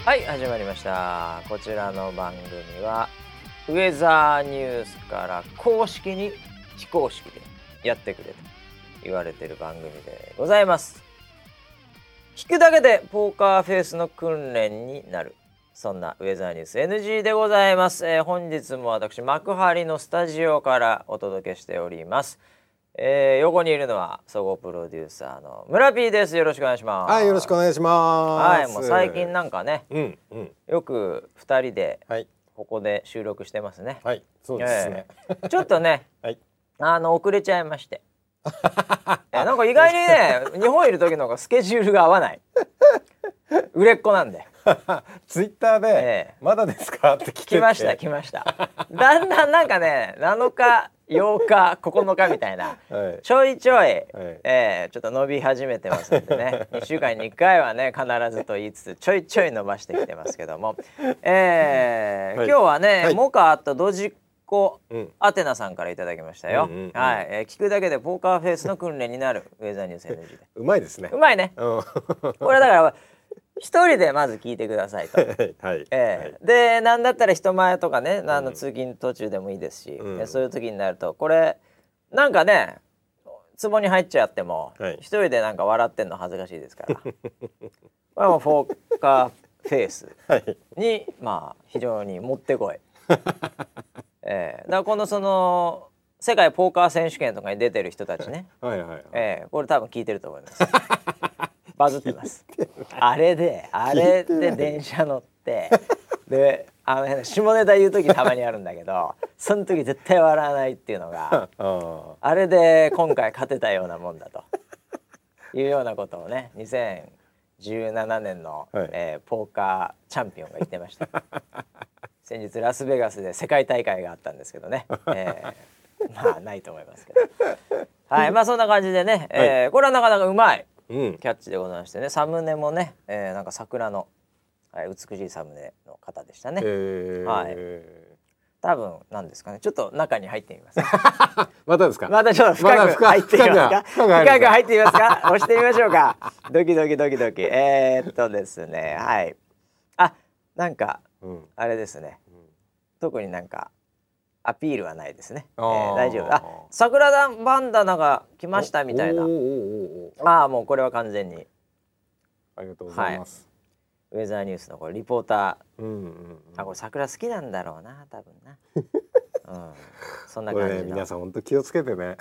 はい、始まりました。こちらの番組はウェザーニュースから公式に非公式でやってくれと言われている番組でございます。聞くだけでポーカーフェイスの訓練になる、そんなウェザーニュース NG でございます。本日も私幕張のスタジオからお届けしております。横にいるのは総合プロデューサーの村 P です。よろしくお願いします。 はい、よろしくお願いします。 はい、もう最近なんかね、よく2人でここで収録してますね。 はい、そうですね。 ちょっとね、 はい、 遅れちゃいまして。なんか意外にね、日本いる時の方がスケジュールが合わない。売れっ子なんで。 ツイッターで、まだですかって聞いて来ました。だんだんなんかね、7日、8日、9日みたいな、ちょいちょい、ちょっと伸び始めてますんでね、2週間に1回はね、必ずと言いつつ、ちょいちょい伸ばしてきてますけども、今日はね、モカとドジっ子アテナさんからいただきましたよ。はい、聞くだけでポーカーフェイスの訓練になるウェザーニュース NG で。 うまいですね。 うまいね。これだから一人でまず聞いてくださいと。で、なんだったら人前とかね、通勤途中でもいいですし、そういう時になるとこれなんかね、壺に入っちゃっても一人でなんか笑ってんの恥ずかしいですから、これはもうポーカーフェイスにまあ非常にもってこい。だからこのその世界ポーカー選手権とかに出てる人たちね、これ多分聞いてると思います。バズってます。あれで電車乗ってで下ネタ言う時たまにあるんだけど、その時絶対笑わないっていうのがあれで今回勝てたようなもんだというようなことをね、2017年の、ポーカーチャンピオンが言ってました。先日ラスベガスで世界大会があったんですけどね、まあないと思いますけど、はい、まあそんな感じでね、これはなかなかうまいキャッチでございましてね、サムネもね、なんか桜の、美しいサムネの方でしたね。はい、多分なんですかね、ちょっと中に入ってみます。 またですか。 またちょっと深く入ってみますか。深く入ってみますか。押してみましょうか。ドキドキ。ですね、はい。あ、なんか、あれですね。特になんかアピールはないですね。大丈夫。桜バンダナが来ましたみたいな。もうこれは完全に。 ありがとうございます。 ウェザーニュースのこれリポーター。これ桜好きなんだろうな、多分な。そんな感じの。 皆さん本当気をつけてね。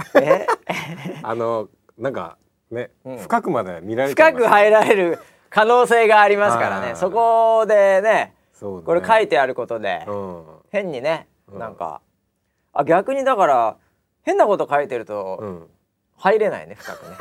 なんかね、深くまで見られてます。 深く入られる可能性がありますからね。そこでね、これ書いてあることで変にね、なんか逆にだから変なこと書いてると入れないね、深くね。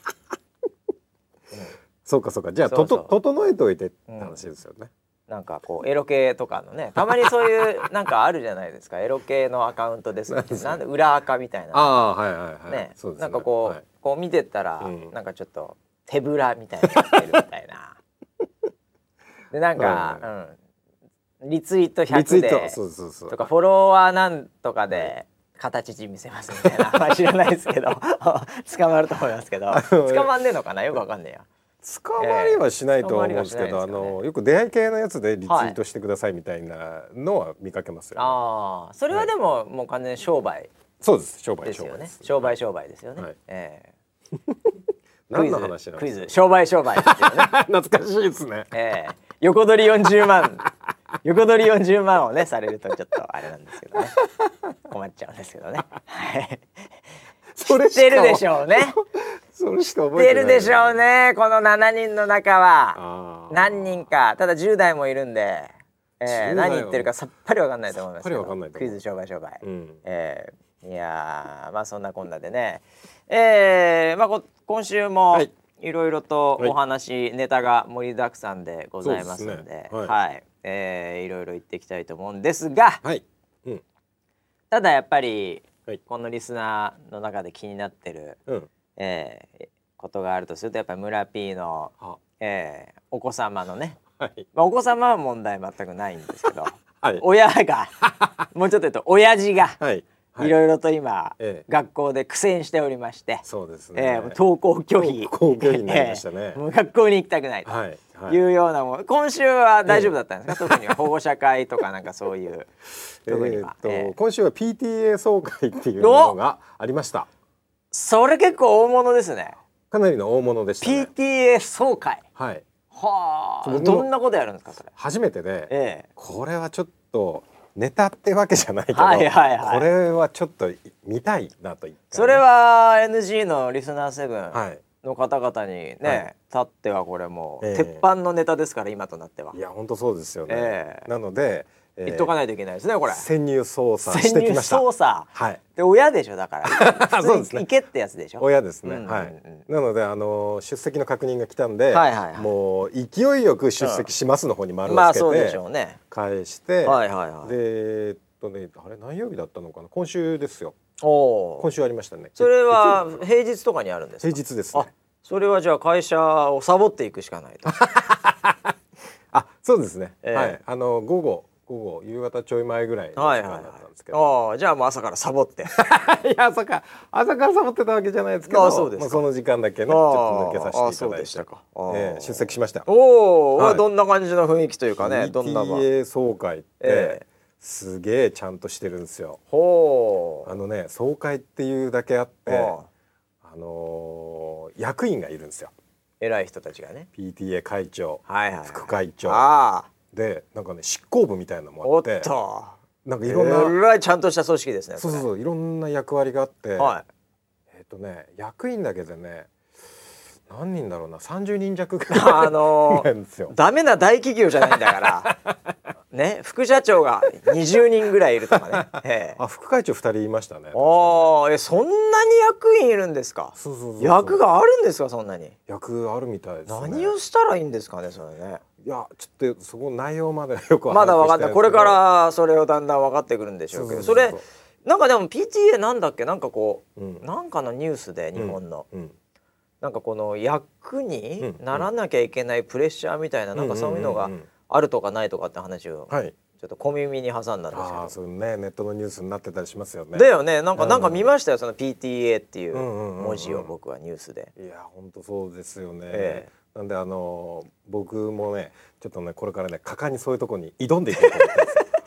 そうか。じゃあ整えておいてって話ですよね。 なんかこうエロ系とかのね、たまにそういうなんかあるじゃないですか。エロ系のアカウントですみたいな、なんで裏アカみたいな。ね、なんかこう見てったらなんかちょっと手ぶらみたいになってるみたいな。でなんかリツイート100でとかフォロワーなんとかで形地見せますみたいな。まあ知らないですけど捕まると思いますけど、捕まんねえのかな、よくわかんねえや。 捕まりはしないと思うんですけど、よく出会い系のやつでリツイートしてくださいみたいなのは見かけますよね。 それはでももう完全に商売。 そうです、商売ですよね。商売ですよね。 何の話なんですか。 クイズ商売ですよね。 懐かしいですね。 横取り40万をねされるとちょっとあれなんですけどね、困っちゃうんですけどね。知ってるでしょうね。 それしか覚えてない。知ってるでしょうね。この7人の中は何人か、ただ10代もいるんで、何言ってるかさっぱりわかんないと思いますけど。クイズ商売。いやまあそんなこんなでね、今週もいろいろとお話、ネタが盛りだくさんでございますので、いろいろ言っていきたいと思うんですが、ただやっぱりこのリスナーの中で気になってることがあるとすると、やっぱり村 P のお子様のね、お子様は問題全くないんですけど、親がもうちょっと言うと親父がいろいろと今、学校で苦戦しておりまして、 そうですね、 登校拒否になりましたね、 もう学校に行きたくないというようなもん、今週は大丈夫だったんですか、特に保護者会とかなんかそういう特には、 今週は PTA 総会っていうものがありました。 それ結構大物ですね。 かなりの大物でしたね。 PTA 総会、 はいはあ、どんなことやるんですかそれ。 初めてで、これはちょっとネタってわけじじゃないけど、これはちょっと見たいなと言って、 それは NG のリスナー7の方々にね、立ってはこれもう鉄板のネタですから、今となっては。 いや本当そうですよね、なので言っとかないといけないですね、これ。 潜入捜査してきました。 潜入捜査、はい。で親でしょ、だからそうですね、行けってやつでしょ。 親ですね、はい。なので出席の確認が来たんで、もう勢いよく出席しますの方に丸をつけて返して、であれ何曜日だったのかな、今週ですよ。今週ありましたね。 それは平日とかにあるんですか。 平日ですね。 それはじゃあ会社をサボっていくしかないと。 そうですね、はい。午後夕方ちょい前ぐらいの時間だったんですけど、 じゃあもう朝からサボっていや朝からサボってたわけじゃないですけど、その時間だけねちょっと抜けさせていただいて出席しました。 どんな感じの雰囲気というかね、どんな PTA 総会ってすげえちゃんとしてるんですよ。総会っていうだけあって役員がいるんですよ。 偉い人たちがね、 PTA 会長、副会長で、なんかね執行部みたいなのもあって、なんかいろんなえらいちゃんとした組織ですね。 そういろんな役割があって、役員だけでね何人だろうな、30人弱ぐらいなんですよ。 ダメな大企業じゃないんだからね、副社長が20人ぐらいいるとかね。 副会長2人いましたね。 そんなに役員いるんですか。役があるんですか、そんなに。 役あるみたいですね。 何をしたらいいんですかね、それね。 いやちょっとそこ内容まではよくまだ分かった。これからそれをだんだん分かってくるんでしょうけど、それなんかでも PTA なんだっけ、なんかこうなんかのニュースで日本のなんかこの役にならなきゃいけないプレッシャーみたいな、なんかそういうのがあるとかないとかって話をちょっと小耳に挟んだんですけど、 そうね、ネットのニュースになってたりしますよね。 だよね、なんか見ましたよ、その PTA っていう文字を僕はニュースで。 いや本当そうですよね。なんで僕もねちょっとねこれからね果敢にそういうところに挑んでいこうと思って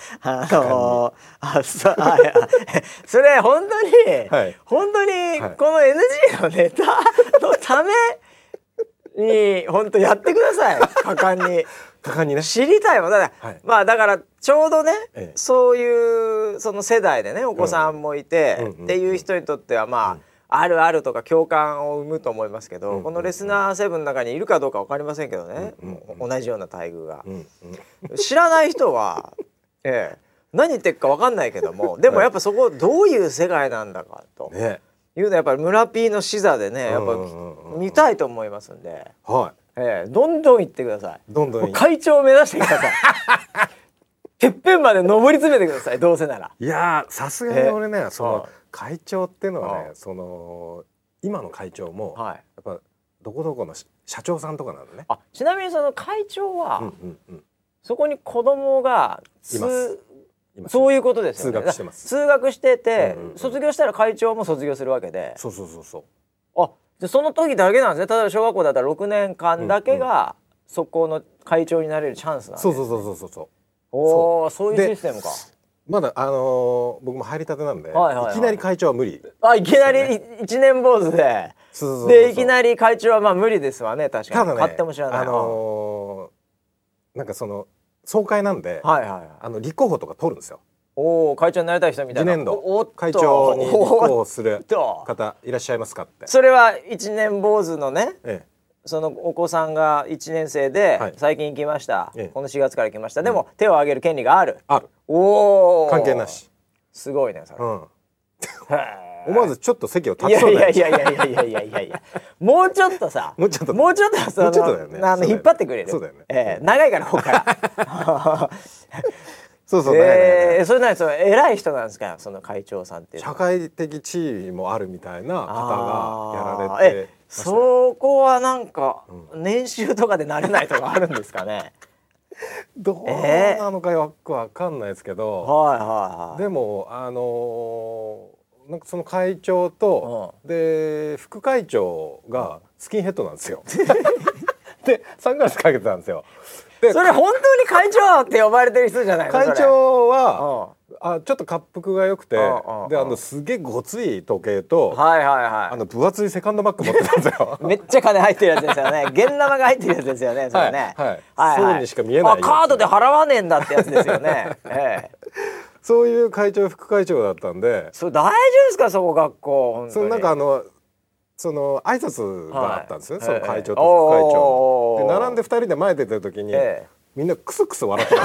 ます。 それ本当にこの NG のネタのために本当やってください。果敢にね知りたいもんだから、だからちょうどね、そういうその世代でねお子さんもいてっていう人にとってはあるあるとか共感を生むと思いますけど、このレスナー7の中にいるかどうか分かりませんけどね、同じような待遇が知らない人は何言ってるか分かんないけども、でもやっぱそこどういう世界なんだかというのはやっぱり村 P の視座でねやっぱ見たいと思いますんで、どんどん行ってください。 どんどん会長を目指してください。てっぺんまで上り詰めてください、どうせなら。 いやさすがに俺ねその会長っていうのはね、その今の会長もやっぱどこどこの社長さんとかなのね。 ちなみにその会長はそこに子供がそういうことですよね。 通学してます。 通学してて卒業したら会長も卒業するわけで。 そうじゃその時だけなんですね。例えば小学校だったら6年間だけがそこの会長になれるチャンスなんですね。そういうシステムか。 まだ僕も入りたてなんでいきなり会長は無理。 いきなり一年坊主でいきなり会長は無理ですわね。確かに勝手も知らない。 なんかその総会なんで立候補とか取るんですよ。 会長になりたい人みたいな。 次年度会長に立候補する方いらっしゃいますかって。 それは一年坊主のね、そのお子さんが1年生で最近来ました、この4月から来ました、でも手を挙げる権利がある。関係なし。 すごいねそれ。 思わずちょっと席を立つそうになっちゃう。 いやもうちょっとさもうちょっと引っ張ってくれる。 そうだよね。 長いからここからそれ何それ偉い人なんですか、その会長さんって。 社会的地位もあるみたいな方がやられてました。 そこはなんか年収とかでなれないとかあるんですかね。 どうなのかよくわかんないですけど、でもなんかその会長と、で副会長がスキンヘッドなんですよ。でサングラスかけてたんですよ。でそれ本当に会長って呼ばれてる人じゃないの？ 会長はちょっと滑腹が良くて、ですげえごつい時計と、分厚いセカンドバッグ持ってたんですよ。 めっちゃ金入ってるやつですよね。現玉が入ってるやつですよね。それね。 そうにしか見えない。 カードで払わねえんだってやつですよね。 そういう会長副会長だったんで。 それ大丈夫ですか、そこ学校。 そのなんかその挨拶があったんですよ、その会長と副会長で並んで2人で前出てる時に、みんなクスクス笑ってます。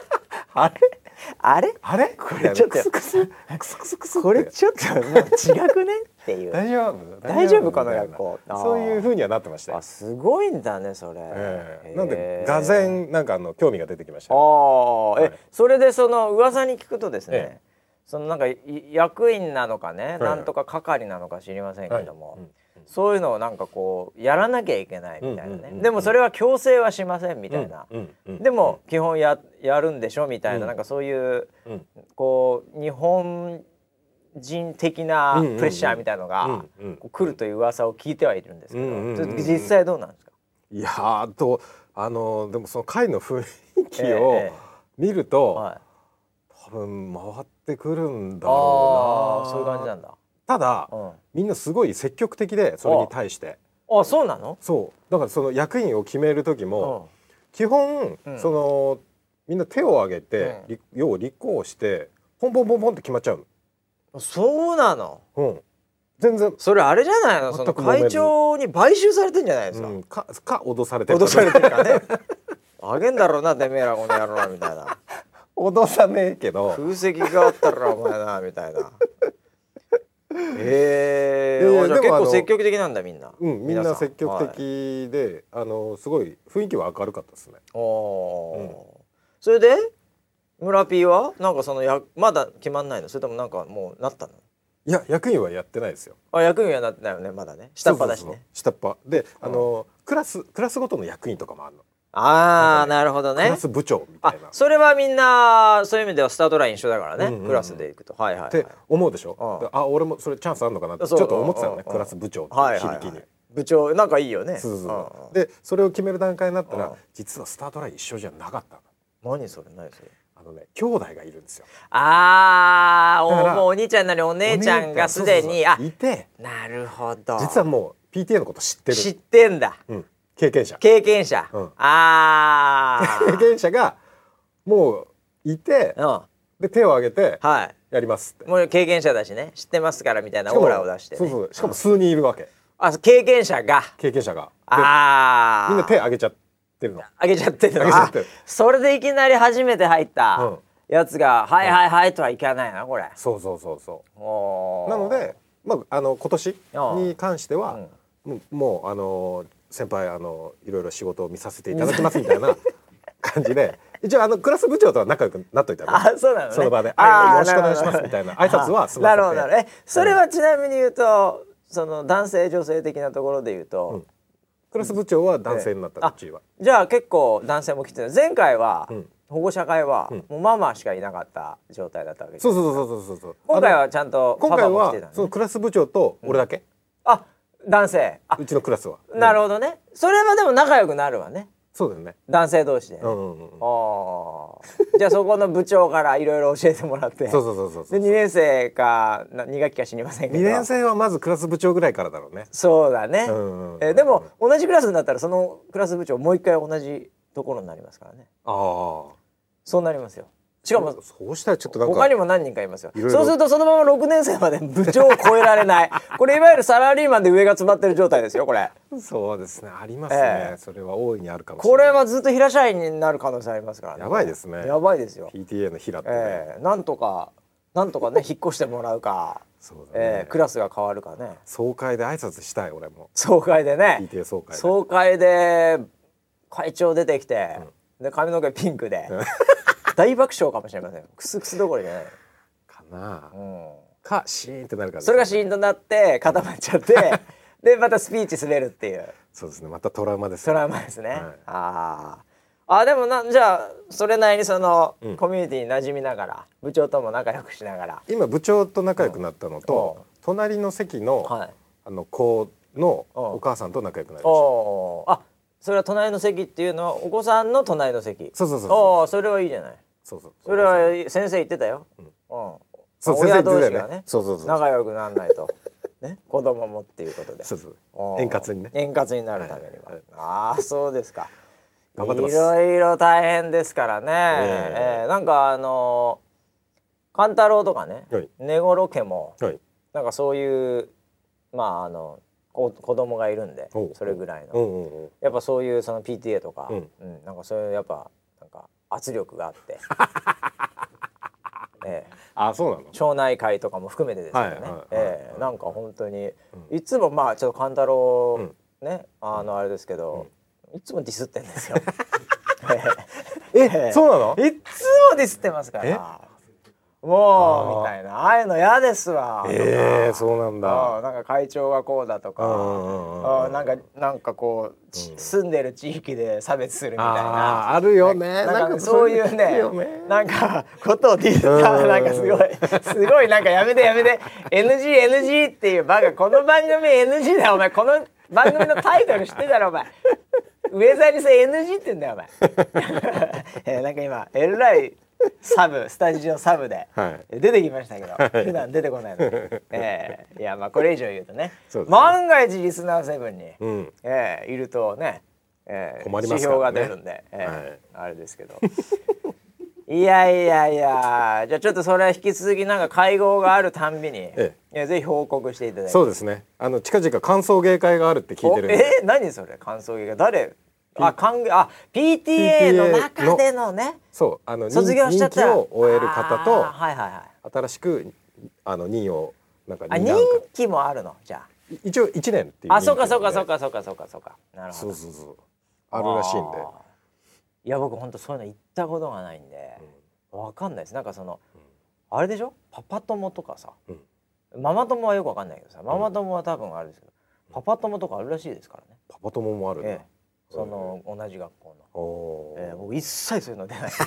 あれこれちょっとこれちょっともう違くねっていう。大丈夫この学校。 そういう風にはなってましたよ。 すごいんだねそれ。 なんでがぜんなんか興味が出てきました。 それでその噂に聞くとですね、そのなんか役員なのかね、なんとか係なのか知りませんけども、そういうのをなんかこうやらなきゃいけないみたいなね。でもそれは強制はしませんみたいな。でも基本やるんでしょみたいな、なんかそういうこう日本人的なプレッシャーみたいのが来るという噂を聞いてはいるんですけど、実際どうなんですか？ いやでもその会の雰囲気を見ると、多分回ってくるんだろうな。 そういう感じなんだ。 ただ、みんなすごい積極的で、それに対して。 そうなの？ そうだからその役員を決める時も、基本そのみんな手を挙げて、要は立候補してポンポンポンポンって決まっちゃうの。そうなの？ 全然それあれじゃないの？その会長に買収されてんじゃないですか？ か脅されてるかね。あげんだろうなてめえらこの野郎みたいな。 脅さねえけど空席があったらお前なみたいな。じゃあ結構積極的なんだみんな。 みんな積極的で、すごい雰囲気は明るかったですね。 それで村 P はなんかそのまだ決まんないの？それともなんかもうなったの？ いや役員はやってないですよ。 役員はなってないよねまだね。下っ端だしね。 下っ端でクラスごとの役員とかもあるの。 なるほどね。 クラス部長みたいな。 それはみんなそういう意味ではスタートライン一緒だからね、クラスでいくと。って思うでしょ。俺もそれチャンスあるのかなってちょっと思ってたよね、クラス部長って響きに。 部長なんかいいよね。 でそれを決める段階になったら、実はスタートライン一緒じゃなかったの。何それ？ 兄弟がいるんですよ。 お兄ちゃんなりお姉ちゃんがすでにいて。 なるほど。 実はもう PTA のこと知ってる。 知ってんだ。 経験者。 経験者がもういて、で手を挙げてやりますって。 もう経験者だしね、知ってますからみたいなオーラを出して。 しかも数人いるわけ。 経験者がみんな手挙げちゃってるの。 挙げちゃってるの。それでいきなり初めて入ったやつがはいはいはいとはいかないなこれ。 そう。なので今年に関してはもう先輩いろいろ仕事を見させていただきますみたいな感じで、一応クラス部長とは仲良くなっといたの。 そうなのね。 その場でよろしくお願いしますみたいな挨拶は済ませて。 なるほど。それはちなみに言うとその男性女性的なところで言うと、 クラス部長は男性になったうちは。 じゃあ結構男性も来てる。前回は保護者会はもうママしかいなかった状態だったわけです。 そう。 今回はちゃんとパパも来てたの。 そのクラス部長と俺だけ。 男性。 うちのクラスは。 なるほどね。それはでも仲良くなるわね。 そうだよね。 男性同士で。じゃあそこの部長からいろいろ教えてもらって。 そう。 で2年生か2学期か知りませんけど。 2年生はまずクラス部長ぐらいからだろうね。 そうだね。でも同じクラスになったらそのクラス部長もう一回同じところになりますからね。そうなりますよ。しかもそうしたらちょっとなんか他にも何人かいますよ。そうするとそのまま6年生まで部長を超えられないこれいわゆるサラリーマンで上が詰まってる状態ですよこれ。 そうですね、ありますね。それは大いにあるかもしれない。 これはずっと平社員になる可能性ありますからね。 やばいですね。 やばいですよ PTA の平ってね。 なんとかね引っ越してもらうかクラスが変わるかね。 総会で挨拶したい俺も。 総会でね。 PTA 総会で会長出てきて、で髪の毛ピンクで大爆笑かもしれません。クスクスどころじゃないかな。かシーンってなるから。 それがシーンとなって固まっちゃってでまたスピーチ滑るっていう。 そうですね、またトラウマですね。 トラウマですね。 でもじゃあそれなりにその、コミュニティに馴染みながら部長とも仲良くしながら今部長と仲良くなったのと、隣の席の、子のお母さんと仲良くなりました。 それは隣の席っていうのはお子さんの隣の席。 そうそれはいいじゃない。 そうそれは先生言ってたよ。親同士がね仲良くならないとね、子供もっていうことで円滑にね、 円滑になるためには。そうですか。 頑張ってます。 いろいろ大変ですからね。なんか勘太郎とかね、根頃家もなんかそういう子供がいるんで、それぐらいのやっぱそういうその PTA とかなんかそういうやっぱなんか圧力があってそうなの。 町内会とかも含めてですけどね、なんか本当にいつもちょっと勘太郎ねあれですけど、いつもディスってんですよ。 そうなの？ いつもディスってますから。もうみたいな、ああいうの嫌ですわ。 そうなんだ。 なんか会長がこうだとか、なんかこう住んでる地域で差別するみたいな。 あるよね。 なんかそういうね、なんかことをディスったなんかすごいなんかやめて NG っていうバカ、この番組 NG だよお前、この番組のタイトル知ってたろお前。ウェザーにさ NG って言うんだよお前。なんか今えらいスタジオサブで出てきましたけど、普段出てこないの。いやこれ以上言うとね、万が一リスナー7にいるとね、指標が出るんであれですけど。いやじゃあちょっとそれは引き続きなんか会合があるたんびにぜひ報告していただいて。 そうですね。近々歓送迎会があるって聞いてるんで。 何それ歓送迎会？誰？PTA の中でのね、卒業しちゃった任期を終える方と新しく任をなんか任期もあるの。じゃあ一応1年っていう。 そうか。なるほど。 そうあるらしいんで。 いや僕本当そういうの行ったことがないんでわかんないです。なんかそのあれでしょ、パパ友とかさ、ママ友はよくわかんないけどさ、ママ友は多分あるんですけど、パパ友とかあるらしいですからね。 パパ友もあるね。 その同じ学校の。僕一切そういうの出ない。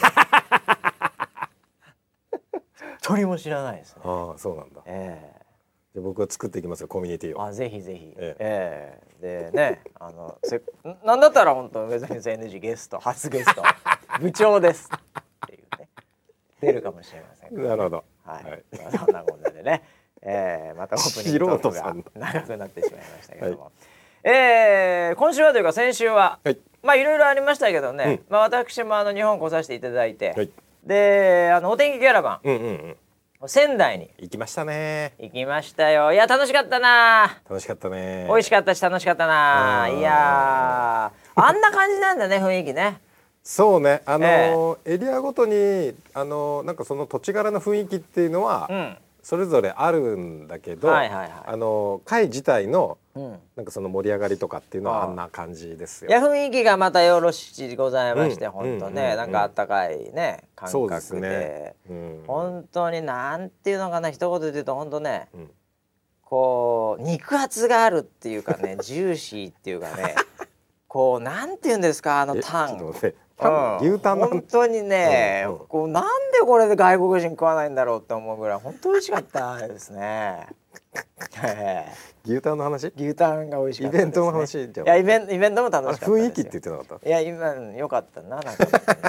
一人も知らないですね。 そうなんだ。じゃ僕は作っていきますよ、コミュニティを。 ぜひぜひ。でね、なんだったら本当ウェザーニュース NG ゲスト初ゲスト部長ですっていうね出るかもしれません。 なるほど。 そんなこんなでね、またオープニングトークが長くなってしまいましたけども、今週はというか先週はいろいろありましたけどね、私も日本来させていただいて、でお天気キャラバン仙台に行きましたね。 行きましたよ。いや楽しかったな。 楽しかったね。 美味しかったし楽しかったな。いやあんな感じなんだね、雰囲気ね。 そうね、エリアごとになんかその土地柄の雰囲気っていうのはそれぞれあるんだけど、会自体のなんかその盛り上がりとかっていうのはあんな感じですよ。 いや雰囲気がまたよろしございまして、本当ね、なんかあったかいね感覚で、本当になんていうのかな、一言で言うと本当ね、こう肉厚があるっていうかね、ジューシーっていうかね、こうなんていうんですか、タン。 牛タンの本当にね、こうなんでこれで外国人食わないんだろうって思うぐらい本当美味しかったですね。 牛タンの話？ 牛タンが美味しかったですね。 イベントの話じゃん。 いやイベントも楽しかったです。 雰囲気って言ってなかった？ いや今良かったな、なんか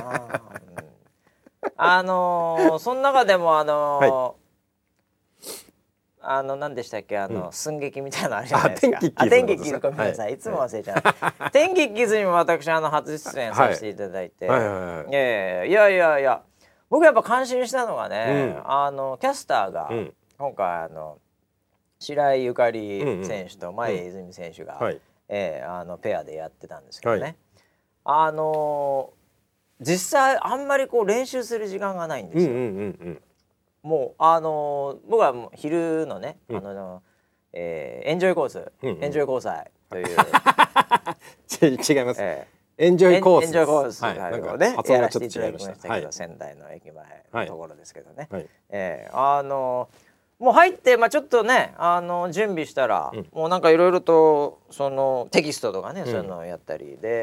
な。その中でも何でしたっけ、寸劇みたいなのあるじゃないですか。天気キズ、ごめんなさい、いつも忘れちゃう。天気キズにも私初出演させていただいて、いや僕やっぱ感心したのがね、キャスターが今回白井ゆかり選手と前泉選手がペアでやってたんですけどね、実際あんまりこう練習する時間がないんですよ。もう僕はもう昼のね、エンジョイコース、エンジョイ交際という違います。エンジョイコース、 エンジョイコースをねやらせていただきましたけど、仙台の駅前のところですけどね、もう入ってちょっとね準備したら、もうなんかいろいろとそのテキストとかね、そういうのをやったりで、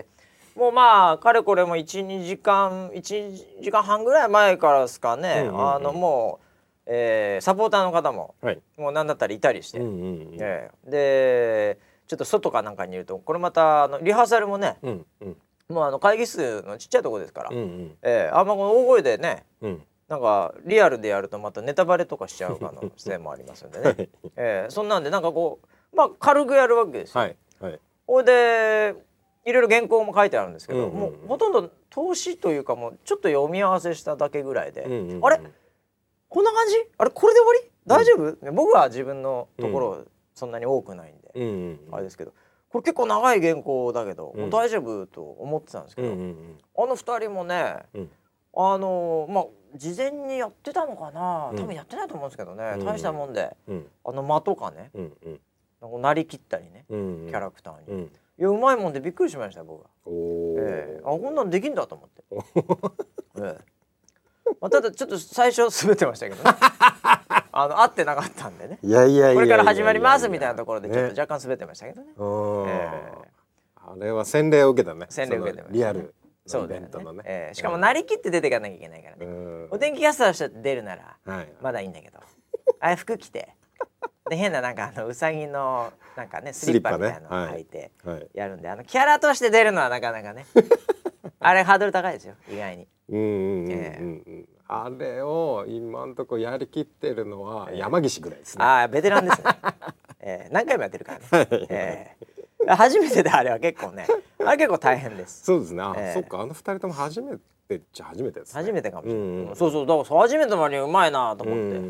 もうまあかれこれも1時間半ぐらい前からですかね、もう、サポーターの方も、もう何だったらいたりして、でちょっと外かなんかにいるとこれまたリハーサルもね、もう会議室のちっちゃいとこですから、あんま大声でね、なんかリアルでやるとまたネタバレとかしちゃう可能性もありますんでね、そんなんでなんかこうまあ軽くやるわけですよ。ほいでいろいろ原稿も書いてあるんですけど、もうほとんど投資というかもうちょっと読み合わせしただけぐらいで、あれこんな感じ、あれこれで終わり大丈夫、僕は自分のところそんなに多くないんで、あれですけどこれ結構長い原稿だけど、もう大丈夫と思ってたんですけど、2人もね、まあ事前にやってたのかな、多分やってないと思うんですけどね、大したもんで、間とかね、なりきったりね、キャラクターに、いやうまいもんでびっくりしました僕は。こんなのできんだと思って、ただちょっと最初滑ってましたけどね合ってなかったんでね、これから始まりますみたいなところでちょっと若干滑ってましたけどね。 あれは洗礼を受けたね。 洗礼を受けてました、 リアルイベントのね。 しかもなりきって出ていかなきゃいけないからね。お天気キャスターとして出るならまだいいんだけど、あれ服着てで変ななんかうさぎのなんかねスリッパみたいなのを履いてやるんで、キャラとして出るのはなかなかねあれハードル高いですよ意外に。 あれを今んとこやりきってるのは山岸ぐらいですね。 ベテランですね。何回もやってるからね。初めてであれは結構ね、あれ結構大変です。 そうですね。そっか、2人とも初めてっちゃ初めてですね。 初めてかもしれない。そうだから初めての割にうまいなと思って。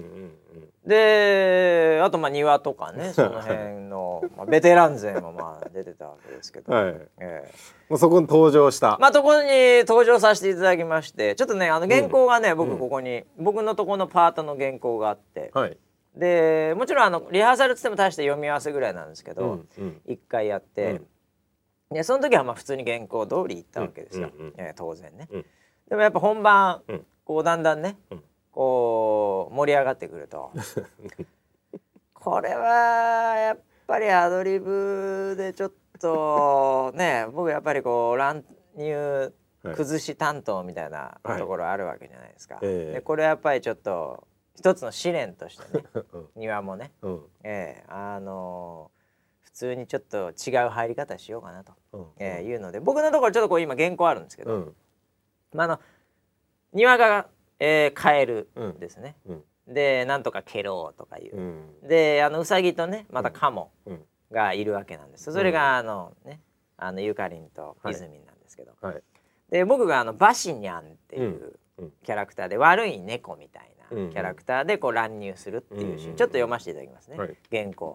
であと庭とかねその辺のベテラン勢もまあ出てたわけですけど、 もうそこに登場したとこに登場させていただきまして、ちょっとね原稿がね、僕ここに僕のとこのパートの原稿があって、でもちろんリハーサルつっても大して読み合わせぐらいなんですけど、1回やって、でその時はまあ普通に原稿通り行ったわけですよ、当然ね。でもやっぱ本番こうだんだんねこう盛り上がってくるとこれはやっぱりアドリブでちょっとね、僕やっぱりこう乱入崩し担当みたいなところあるわけじゃないですか。でこれやっぱりちょっと一つの試練としてね庭もね、普通にちょっと違う入り方しようかなというので、僕のところちょっとこう今原稿あるんですけど、庭がカエルですね、でなんとかケロウとかいう、でウサギとねまたカモがいるわけなんです。それがゆかりんとイズミンなんですけど、で僕がバシニャンっていうキャラクターで悪い猫みたいなキャラクターでこう乱入するっていうシーン、ちょっと読ませていただきますね、原稿。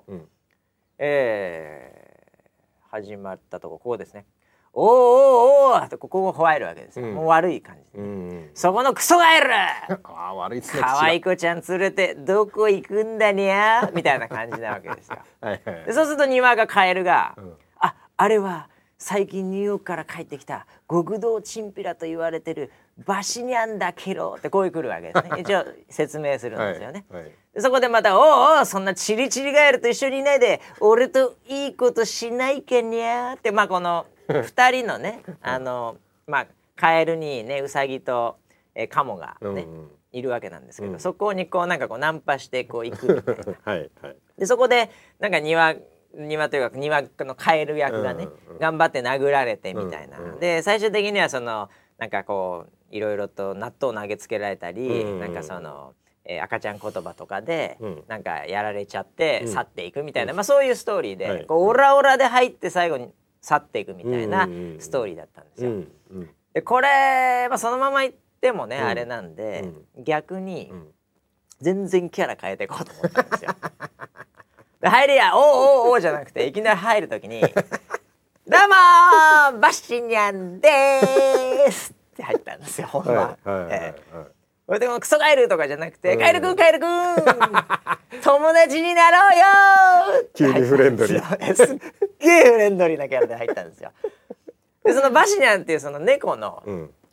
始まったとここですね。おーとここが吠えるわけですよ、もう悪い感じで、そこのクソガエル悪いですね、 可愛い子ちゃん連れてどこ行くんだにゃみたいな感じなわけですよ。でそうすると庭がカエルが、あれは最近ニューヨークから帰ってきた極道チンピラと言われてるバシニャンだケロってこういう来るわけですね。一応説明するんですよね。でそこでまたおうそんなチリチリガエルと一緒にいないで俺といいことしないかにゃってこの2人のねカエルにねウサギとカモがねいるわけなんですけど、そこにこうなんかこうナンパしてこう行くみたいな。でそこでなんか庭というか庭のカエル役がね頑張って殴られてみたいな。で最終的にはそのなんかこういろいろと納豆投げつけられたり、なんかその赤ちゃん言葉とかでなんかやられちゃって去っていくみたいな、そういうストーリーでこうオラオラで入って最後に去っていくみたいなストーリーだったんですよ。でこれ、そのまま言ってもね、あれなんで、逆に全然キャラ変えていこうと思ったんですよ。で入りやおうじゃなくていきなり入る時に「どうもーバシニャンでーす」って入ったんですよ、ほんま。これでもクソガエルとかじゃなくて「カエルくんカエルくん友達になろうよ!」 急にフレンドリーすっげえフレンドリーなキャラで入ったんですよ。でそのバシニャンっていうその猫の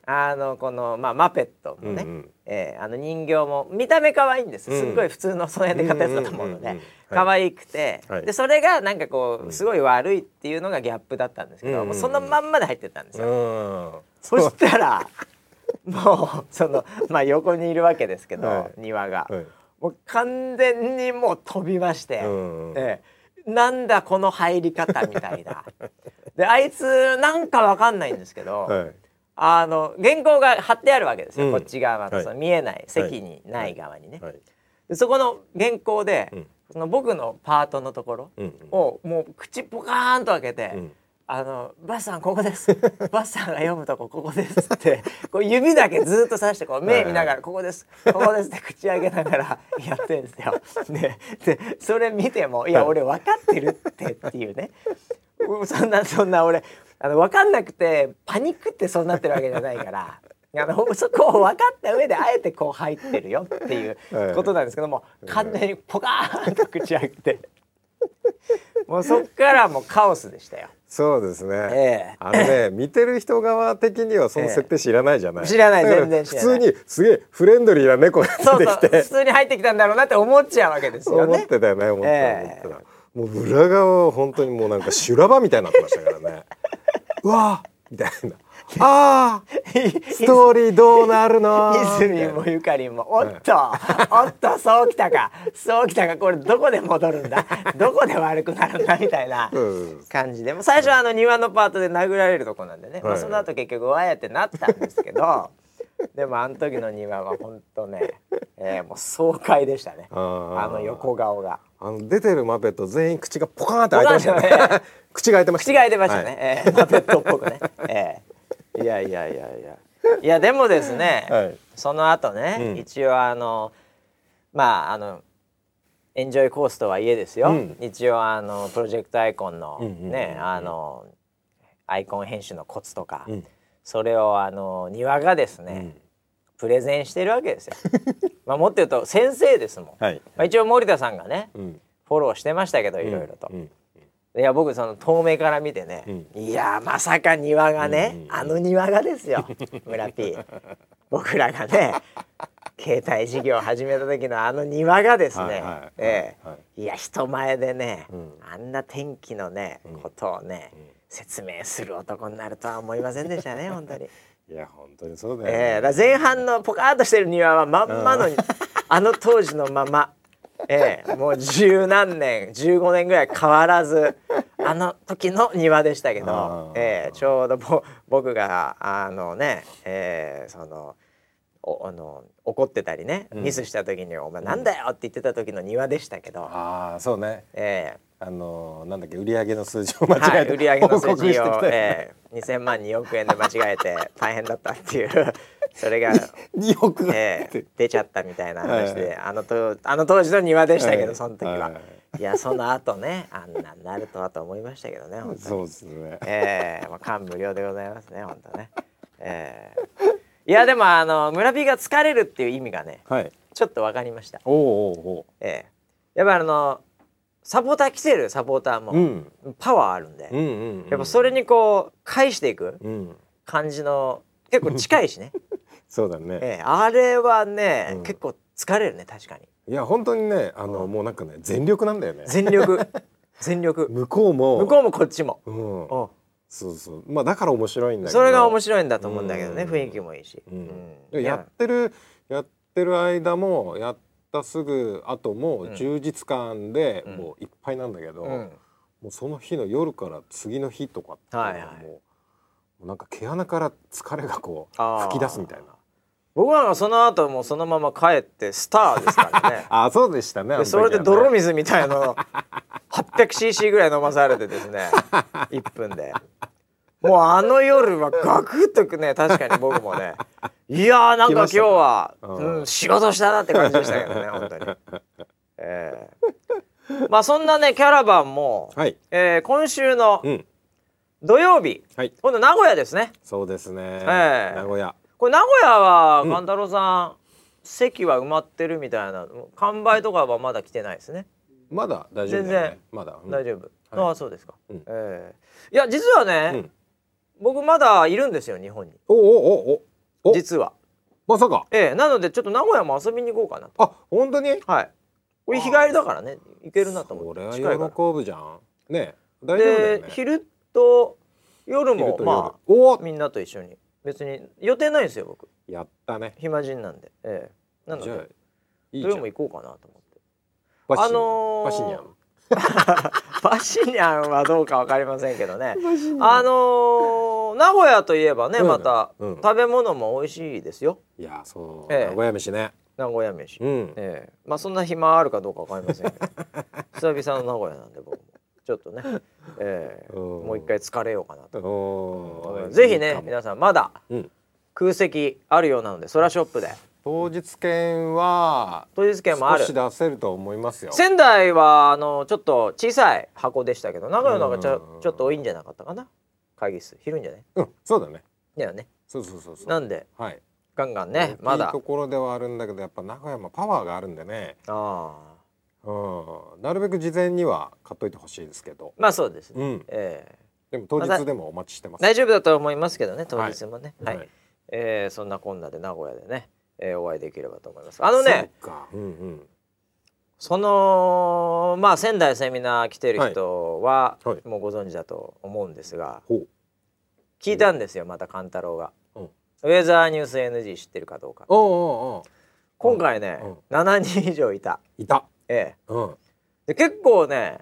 この、マペットのね、人形も見た目可愛いんです。すっごい普通のその辺で買ったやつだと思うので可愛くて、でそれがなんかこうすごい悪いっていうのがギャップだったんですけど、もうそのまんまで入ってたんですよ。そしたらもうその横にいるわけですけど、庭がもう完全にもう飛びまして、なんだこの入り方みたいな。であいつなんかわかんないんですけど、原稿が貼ってあるわけですよ、こっち側とその見えない席にない側にね。でそこの原稿で、その僕のパートのところをもう口ポカーンと開けて「バスさんここですバスさんが読むとこここです」ってこう指だけずっと指してこう目見ながら「ここですここです」って口開けながらやってるんですよ。でそれ見ても「いや俺分かってるって」っていうね。そんな俺分かんなくてパニックってそうなってるわけじゃないからそこを分かった上であえてこう入ってるよっていうことなんですけども、完全にポカーンと口開けてもうそっからもうカオスでしたよ。 そうですね、見てる人側的にはその設定知らないじゃない、 知らない、全然知らない。 普通にすげえフレンドリーな猫が出てきて普通に入ってきたんだろうなって思っちゃうわけですよね。 思ってたよね、思ってた。もう裏側は本当にもうなんか修羅場みたいになってましたからねうわーみたいなあーストーリーどうなるの泉もゆかりもおっとそうきたかこれどこで戻るんだどこで悪くなるんだみたいな感じで、もう最初は庭のパートで殴られるとこなんでね、その後結局わやってなったんですけどでもあの時の庭は本当ね、もう爽快でしたね。横顔が出てるマペット全員口がポカーンって開いてましたね口が開いてましたね、マペットっぽくね。いやでもですね、その後ね、一応エンジョイコースとはいえですよ、一応プロジェクトアイコンのね、アイコン編集のコツとか、それを庭がですね、プレゼンしてるわけですよ。もっと言うと先生ですもん。一応森田さんがね、フォローしてましたけどいろいろと。いや僕その遠目から見てね、いやまさか庭がね、庭がですよ村 P。僕らがね携帯事業を始めた時の庭がですね、いや人前でね、あんな天気のね、ことをね、説明する男になるとは思いませんでしたね本当に。 いや本当にそうだよね。 だ前半のポカーっとしてる庭はまんまの当時のまま、もう十何年15年ぐらい変わらず時の庭でしたけど、ちょうど僕が怒ってたりね、ミスした時に「お前なんだよ!」って言ってた時の庭でしたけど、 そうね、なんだっけ、売上の数字を間違えて、 売上の数字を、2000万2億円で間違えて大変だったっていうそれが 2億円、 出ちゃったみたいな話で、あの当時の庭でしたけど、その時は。いやその後ね、あんなになるとはと思いましたけどね、本当に。 そうですね。 感無量でございますね、本当ね。いやでも村 P が疲れるっていう意味がね、ちょっと分かりました。やっぱサポーター来てるサポーターもパワーあるんで、やっぱそれにこう返していく感じの結構近いしね。 そうだね。 あれはね、結構疲れるね、確かに。 いや本当にね、もうなんかね、全力なんだよね。 全力向こうもこっちも。 そうそう、だから面白いんだけど、 それが面白いんだと思うんだけどね、雰囲気もいいし。 やってる間もやったすぐ後も充実感でもういっぱいなんだけど、もうその日の夜から次の日とかってもうなんか毛穴から疲れがこう吹き出すみたいな。 僕はその後もうそのまま帰ってスターですからね。 そうでしたね。 それで泥水みたいなの 800cc ぐらい飲まされてですね、1分で。もう夜はガクッとね、確かに僕もね、いやなんか今日は、仕事したなって感じでしたけどね、本当に。そんなねキャラバンも、今週の土曜日、今度名古屋ですね。 そうですね、名古屋。 これ名古屋は勘太郎さん、席は埋まってるみたいな、完売とかはまだ来てないですね。 まだ大丈夫、 全然まだ大丈夫。そうですか。いや実はね、僕まだいるんですよ、日本に。 実は。 まさか。 なのでちょっと名古屋も遊びに行こうかなと。 あ、本当に？ はい。これ日帰りだからね、行けるなと思って。 それは喜ぶじゃん。ね、大丈夫だよね。 で、昼と夜もまあみんなと一緒に。別に予定ないんですよ僕。 やったね。 暇人なんで。なので土曜も行こうかなと思って。 バシニャン。 バシニャンはどうかわかりませんけどね。名古屋といえばね、また食べ物も美味しいですよ。 いや、そう。名古屋飯ね。 名古屋飯。まあそんな暇あるかどうかわかりませんけど、久々の名古屋なんで僕もちょっとね、もう一回疲れようかなと。ぜひね、皆さんまだ空席あるようなので、ソラショップで。 当日券もある。少し出せると思いますよ。 仙台はちょっと小さい箱でしたけど、名古屋の方がちょっと多いんじゃなかったかな。会議室広いんじゃない？ うん、そうだね。 だよね。 そう。 なんで、 はい、 ガンガンね、まだ。 いいところではあるんだけど、やっぱ名古屋もパワーがあるんでね。なるべく事前には買っといてほしいですけど。 まあそうですね。 でも当日でもお待ちしてます。 大丈夫だと思いますけどね、当日もね。はい。そんなこんなで名古屋でね。お会いできればと思います。そのまあ仙台セミナー来てる人はもうご存知だと思うんですが、聞いたんですよ、また勘太郎が。ウェザーニュース NG 知ってるかどうか。今回ね、7人以上いた。で結構ね、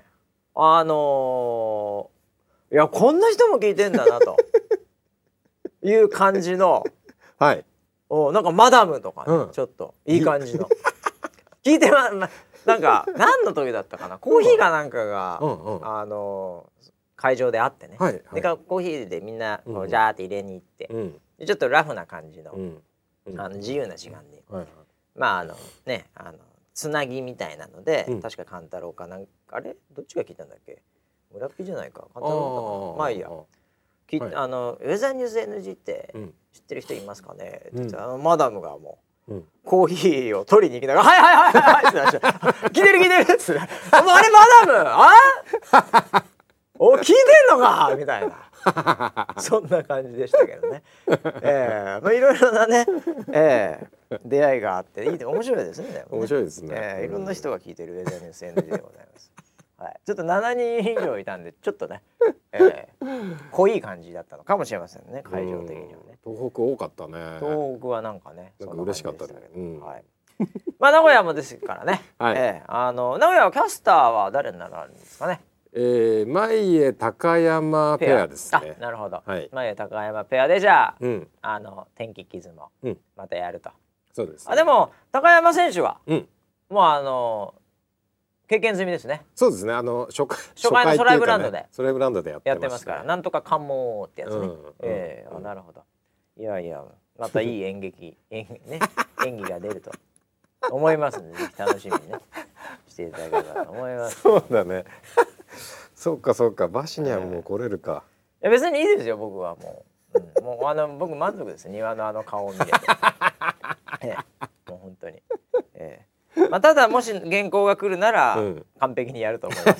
いや、こんな人も聞いてんだなという感じの。なんかマダムとかね、ちょっといい感じの聞いてなんか何の時だったかな、コーヒーかなんかが会場であってね、でコーヒーでみんなジャーって入れに行って、ちょっとラフな感じの自由な時間にまあつなぎみたいなので、確か勘太郎かなんか、あれどっちが聞いたんだっけ、村っぴじゃないか、勘太郎かな、まあいいや。ウェザーニュース NG って知ってる人いますかねって言って、マダムがもうコーヒーを取りに行きながら「はい」ってなっちゃう「聞いてる聞いてる」っつって「あれマダムお聞いてんのか」みたいなそんな感じでしたけどね。いろいろなね出会いがあって面白いですね。 面白いですね。 いろんな人が聞いてるウェザーニュース NG でございます。ちょっと7人以上いたんでちょっとね、濃い感じだったのかもしれませんね、会場的にはね。 東北多かったね。 東北はなんかね、 なんか嬉しかったね。 まあ名古屋もですからね。名古屋はキャスターは誰になるんですかね。 前江高山ペアですね。 なるほど。前江高山ペアでじゃあ天気キズもまたやると。 そうです。 でも高山選手はもう経験済みですね。 そうですね。初回のソライブランドでやってますから、なんとか関門ってやつね。なるほど。いやいや、またいい演技が出ると思いますので、ぜひ楽しみにねしていただければと思います。 そうだね。そうか、バシニャンも来れるか。 いや別にいいですよ、僕はもう。もう僕満足です。庭の顔を見れて。もう本当に。ただもし原稿が来るなら完璧にやると思います。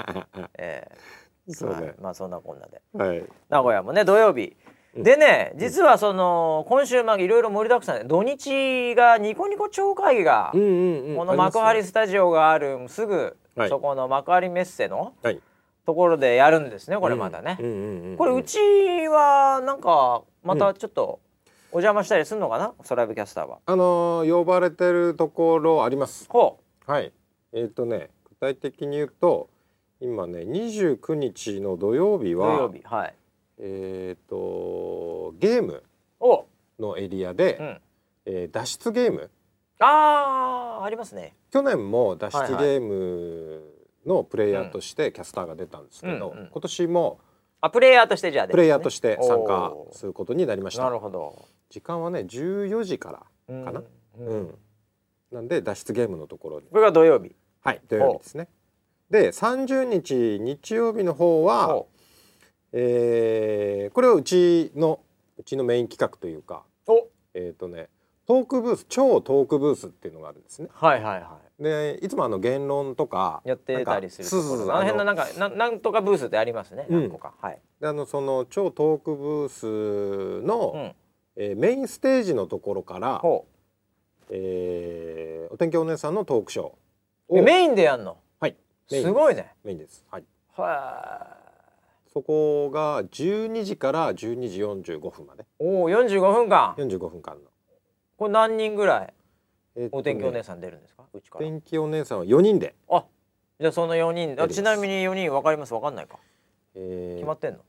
まあそんなこんなで名古屋もね土曜日でね、実は今週いろいろ盛りだくさんで、土日がニコニコ超会議がこの幕張スタジオがあるすぐそこの幕張メッセのところでやるんですね、これまたね。これうちはなんかまたちょっとお邪魔したりするのかな、ソライブキャスターは。 呼ばれてるところあります。はい。具体的に言うと今ね29日の土曜日はゲームのエリアで脱出ゲームありますね。 去年も脱出ゲームのプレイヤーとしてキャスターが出たんですけど、今年もプレイヤーとしてプレイヤーとして参加することになりました。 なるほど。 時間はね14時からかな。なんで脱出ゲームのところに。 これが土曜日。 はい、土曜日ですね。で30日日曜日の方はこれはうちのメイン企画というかトークブース、超トークブースっていうのがあるんですね。でいつも言論とかやってたりするところ、あの辺のなんとかブースってありますね、何個か。 でその超トークブースのメインステージのところから、お天気お姉さんのトークショーメインでやんの？ はい、 すごいね。 メインです。はい。そこが12時から12時45分まで。 おお、45分間。 45分間の。 これ何人ぐらいお天気お姉さん出るんですか？うちから。 お天気お姉さんは4人で。 あ、じゃあその4人、ちなみに4人分かります？分かんないか。決まってんの？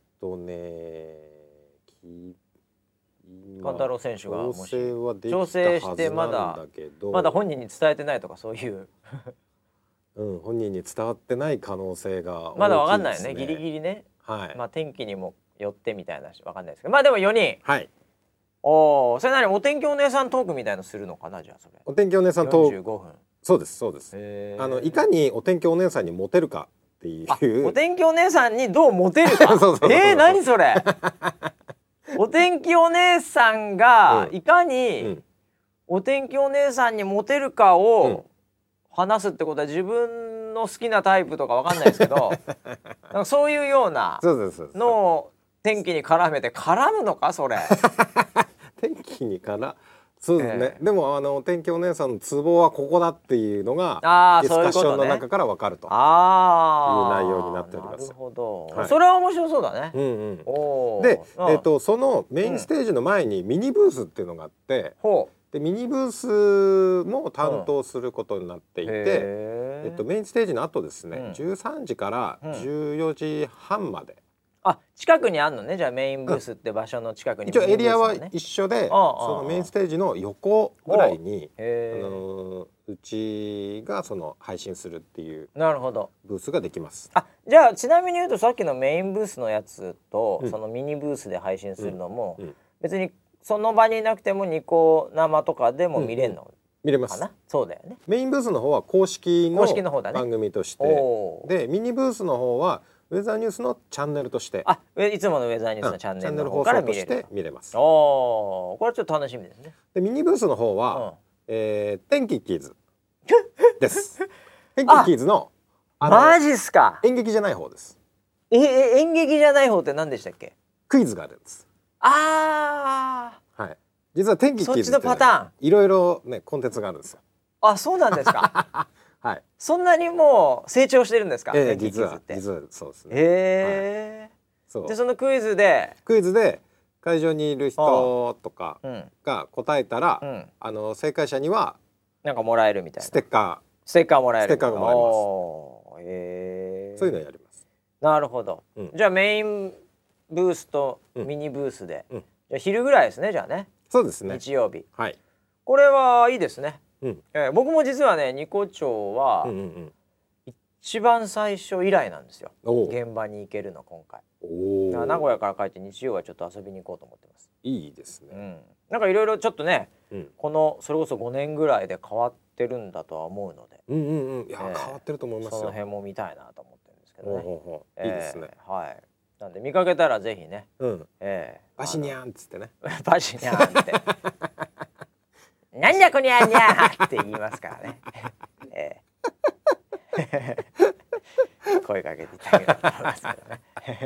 勘太郎選手がもし調整してまだ本人に伝えてないとかそういう本人に伝わってない可能性が大きいですね。 まだ分かんないよね、ギリギリね。はい。まあ天気にもよってみたいな分かんないですけど、まあでも4人。はい。おお、それなりにお天気お姉さんトークみたいのするのかな、じゃあそれ。 お天気お姉さんトーク。 45分。 そうです、そうです。いかにお天気お姉さんにモテるかっていう。 お天気お姉さんにどうモテるか。何それ。お天気お姉さんがいかにお天気お姉さんにモテるかを話すってことは、自分の好きなタイプとかわかんないですけどなんかそういうようなのを天気に絡めて絡むのかそれ天気にそうですね、でもお天気お姉さんのツボはここだっていうのがディスカッションの中から分かるという内容になっております。 なるほど、はい、それは面白そうだね。 で、そのメインステージの前にミニブースっていうのがあって、でミニブースも担当することになっていて、メインステージの後ですね、13時から14時半まで。 近くにあんのね。じゃあメインブースって場所の近くに、 一応エリアは一緒で、そのメインステージの横ぐらいにうちがその配信するっていうブースができます。 じゃあちなみに言うと、さっきのメインブースのやつと、そのミニブースで配信するのも、別にその場にいなくてもニコ生とかでも見れるの？ 見れます。 そうだよね。 メインブースの方は公式の番組として、でミニブースの方はウェザーニュースのチャンネルとして、 いつものウェザーニュースのチャンネルの方から見れる。 見れます。 これちょっと楽しみですね。 でミニブースの方は、天気キッズです。天気キッズのマジっすか？ 演劇じゃない方です。 演劇じゃない方って何でしたっけ？ クイズがあるんです。はい。実は天気キッズって、そっちのパターンいろいろねコンテンツがあるんですよ。 そうなんですか。 はい。 そんなにもう成長してるんですか？ 実はそうですね。 でそのクイズで会場にいる人とかが答えたら、正解者にはなんかもらえるみたいな。 ステッカーもらえる。そういうのをやります。 なるほど。じゃあメインブースとミニブースで、じゃあ昼ぐらいですね。じゃあね。 そうですね。 日曜日。 はい。 これはいいですね。僕も実はね、ニコ町は一番最初以来なんですよ。現場に行けるの今回。名古屋から帰って日曜はちょっと遊びに行こうと思ってます。 いいですね。 なんかいろいろちょっとね、このそれこそ5年ぐらいで変わってるんだとは思うので、 いや変わってると思いますよ。 その辺も見たいなと思ってるんですけどね。いいですね。 はい。なんで見かけたらぜひね。 バシニャンっつってね。 バシニャンって。なんじゃこにゃんにゃーって言いますからね。声かけていただければと思いますけどね。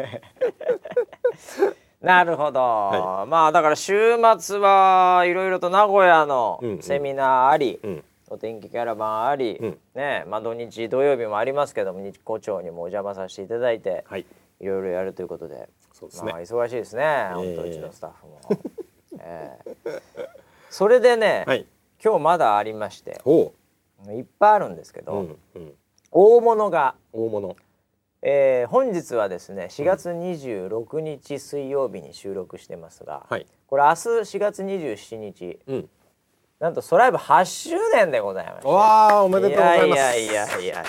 なるほど。まあだから週末はいろいろと名古屋のセミナーあり、お天気キャラバンあり、ね、まあ土日土曜日もありますけども、日光町にもお邪魔させていただいて、いろいろやるということで、まあ忙しいですね。本当うちのスタッフも。それでね、今日まだありまして、いっぱいあるんですけど、大物が本日はですね4月26日水曜日に収録してますが、これ明日4月27日、なんとソライブ8周年でございます。 わあ、おめでとうございます。 いや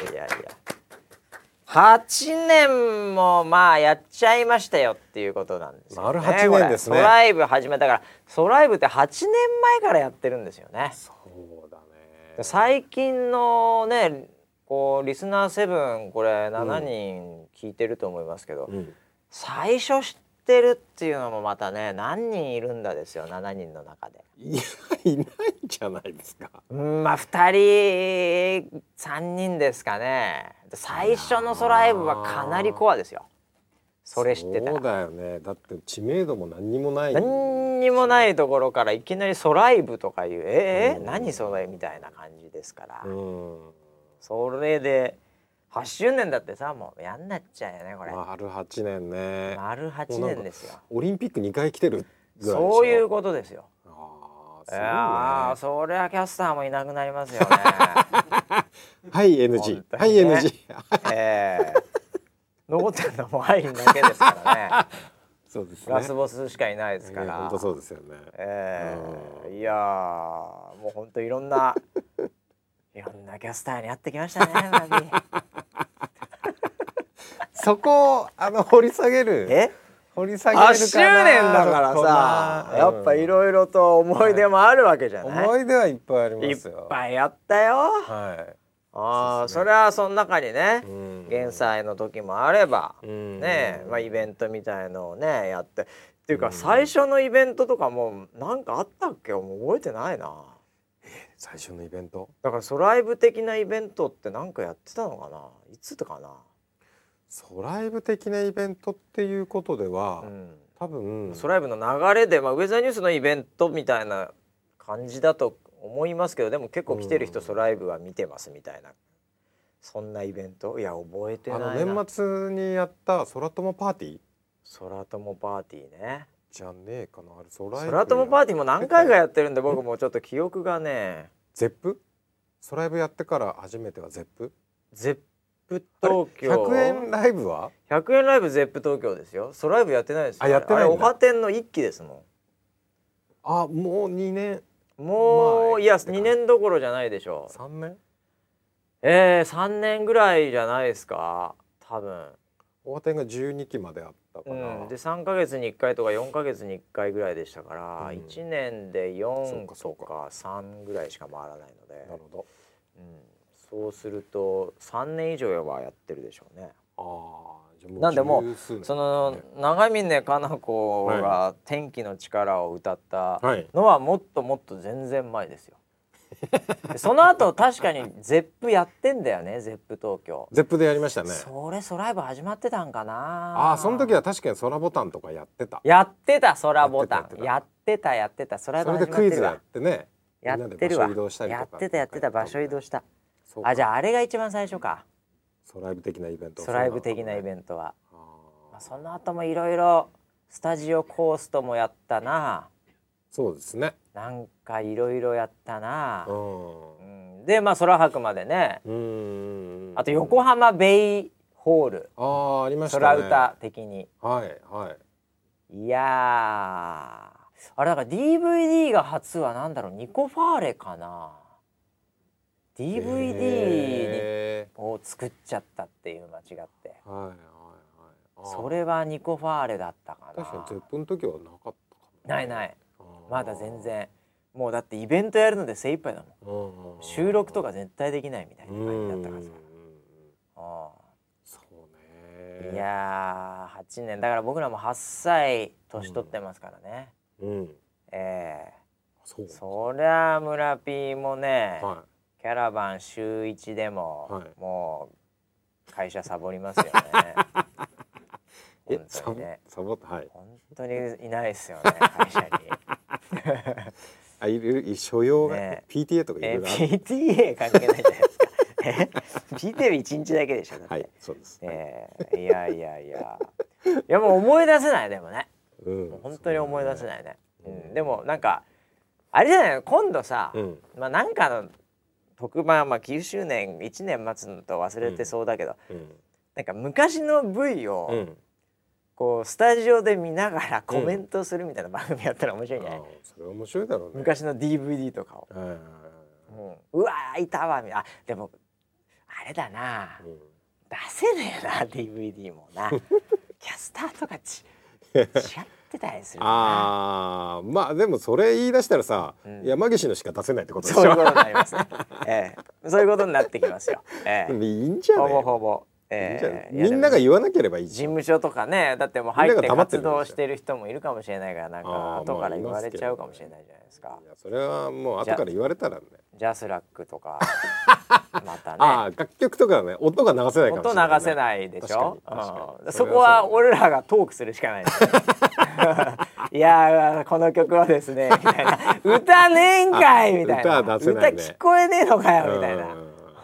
8年もまあやっちゃいましたよっていうことなんですよね。 丸8年ですね。 ソライブ始めたから、ソライブって8年前からやってるんですよね。 そうだね。 最近のね、こうリスナー7、これ7人聞いてると思いますけど、最初知ってるっていうのもまたね、何人いるんだですよ、7人の中で。 いないんじゃないですか。 まあ2人3人ですかね。最初のソライブはかなりコアですよ。それ知ってたら。 そうだよね。だって知名度も何にもない。 何にもないところからいきなりソライブとかいう何それみたいな感じですから、それで8周年だってさ、もうやんなっちゃうよねこれ。 丸8年ね。 丸8年ですよ。 オリンピック2回来てるぐらいでしょ。 そういうことですよ。 すごいね。 そりゃキャスターもいなくなりますよね。 はい NG、はい NG。 残ってるのも入るだけですからね。 そうですね。 ラスボスしかいないですから。 本当そうですよね。 いやもう本当いろんなキャスターに会ってきましたね。 そこを掘り下げる。掘り下げるかな。8周年だからさ、やっぱいろいろと思い出もあるわけじゃない。 思い出はいっぱいありますよ。 いっぱいあったよ。 はい。 それはその中にね、減災の時もあればね、イベントみたいのをねやってっていうか、最初のイベントとかもなんかあったっけ、もう覚えてないな。 最初のイベントだからソライブ的なイベントってなんかやってたのかな、いつかな。 ソライブ的なイベントっていうことでは、多分ソライブの流れで、ウェザーニュースのイベントみたいな感じだと思いますけど、でも結構来てる人ソライブは見てますみたいな、そんなイベント、いや覚えてないな。 年末にやった空友パーティー、 空友パーティーね、 じゃねえかな、あれ空友パーティーも何回かやってるんで僕もちょっと記憶がね。 ゼップソライブやってから初めてはゼップ東京 100円ライブは 100円ライブゼップ東京ですよ。ソライブやってないですよ。 やってないんだ。 あれオハテンの1期ですもん。もう2年、 もういや2年どころじゃないでしょう。 3年 3年ぐらいじゃないですか多分。 オハテンが12期まであったかな、 で3ヶ月に1回とか4ヶ月に1回ぐらいでしたから、1年で4とか3ぐらいしか回らないので。 なるほど。 そうすると3年以上はやってるでしょうね。 なんでもうその長峰加奈子が「天気の力」を歌ったのはもっともっと全然前ですよ。その後確かにゼップやってんだよね。ゼップ東京ゼップでやりましたね。 それソライブ始まってたんかな。 その時は確かに空ボタンとかやってた空ボタンやってたソライブ始まってるわ。 それでクイズやってね、 やってるわ。やってた場所移動した。じゃああれが一番最初か。 ソライブ的なイベント。 ソライブ的なイベントは。その後もいろいろスタジオコーストもやったな。 そうですね。 なんかいろいろやったな。で空白までね。あと横浜ベイホール。 ありましたね。 空歌的に。 いやあれだから DVD が初はなんだろう、ニコファーレかな。DVD を作っちゃったっていう間違って、それはニコファーレだったかな。 確かにゼップの時はなかったかも。 ないまだ全然。もうだってイベントやるので精一杯だもん。収録とか絶対できないみたいな感じだったからさ。 そうね。 いや8年だから僕らも8歳年取ってますからね。そりゃ村 P もね、キャラバン週1でも、もう会社サボりますよね。本当にね。本当にいないですよね会社に。 いる所要が PTA とかいる。 PTA 関係ないじゃないですか。PTA 1日だけでしょ。だって。 そうです。 いやもう思い出せない。でもね、本当に思い出せないね。でもなんかあれじゃないの、今度さ、なんかの特番9周年1年待つのと忘れてそうだけど、なんか昔の V をこうスタジオで見ながらコメントするみたいな番組やったら面白いんじゃない？ それ面白いだろうね。 昔の DVD とかを。うわいたわ。でもあれだな、出せねえな DVD もな。キャスターとか違ってたりするな。 でもそれ言い出したらさ、山岸のしか出せないってことでしょ。 そういうことになりますね。そういうことになってきますよ。 いいんじゃない？ ほぼみんなが言わなければいい。 事務所とかね、だってもう入って活動してる人もいるかもしれないから、なんか後から言われちゃうかもしれないじゃないですか。 それはもう後から言われたらね。 ジャスラックとかまたね。 楽曲とかね、音が流せないかもしれない。 音流せないでしょ。そこは俺らがトークするしかない。 いやこの曲はですねみたいな歌ねえんかいみたいな歌聞こえねえのかよみたいな、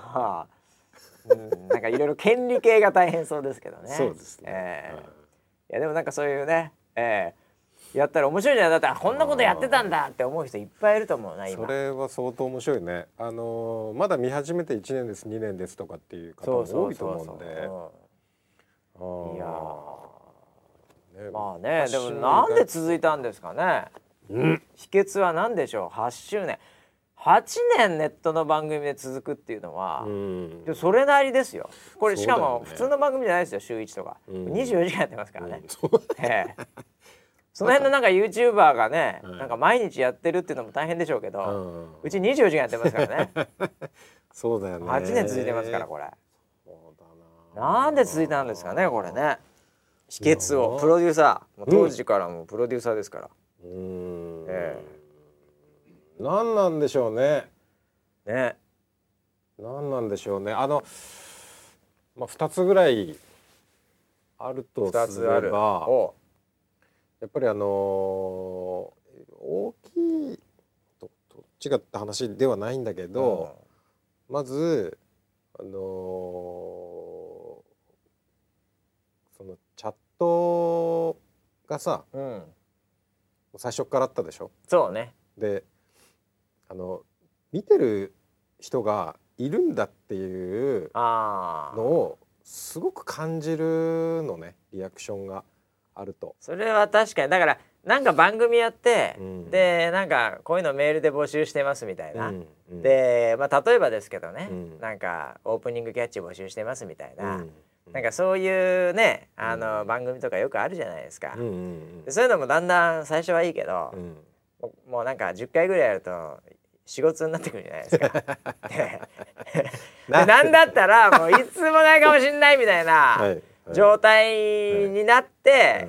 なんかいろいろ権利系が大変そうですけどね。 そうですね、 いやでもなんかそういうね、やったら面白いじゃない。だってこんなことやってたんだって思う人いっぱいいると思うな今。 それは相当面白いね。まだ見始めて1年です2年ですとかっていう方も多いと思うんで。 いやまあね、でもなんで続いたんですかね、秘訣は何でしょう。8周年8年ネットの番組で続くっていうのは、それなりですよこれ。しかも普通の番組じゃないですよ。週1とか、24時間やってますからね。その辺のなんか YouTuber がね、なんか毎日やってるっていうのも大変でしょうけど、うち24時間やってますからね。 そうだよね。 8年続いてますからこれ。なんで続いたんですかねこれね。秘訣をプロデューサー、当時からもプロデューサーですから。 何なんでしょうね。 ね。 何なんでしょうね。2つぐらいあるとすれば、やっぱり大きいどっちがって話ではないんだけど、まずそのチャットがさ、最初からあったでしょ。 そうね。 で見てる人がいるんだっていうのをすごく感じるのね、リアクションがあると。 それは確かに。だからなんか番組やって、でなんかこういうのメールで募集してますみたいな、で例えばですけどね、なんかオープニングキャッチ募集してますみたいな、なんかそういうね番組とかよくあるじゃないですか。でそういうのもだんだん最初はいいけど、もうなんか10回ぐらいやると仕事になってくるじゃないですか。でなんだったらもういつもないかもしんないみたいな状態になって、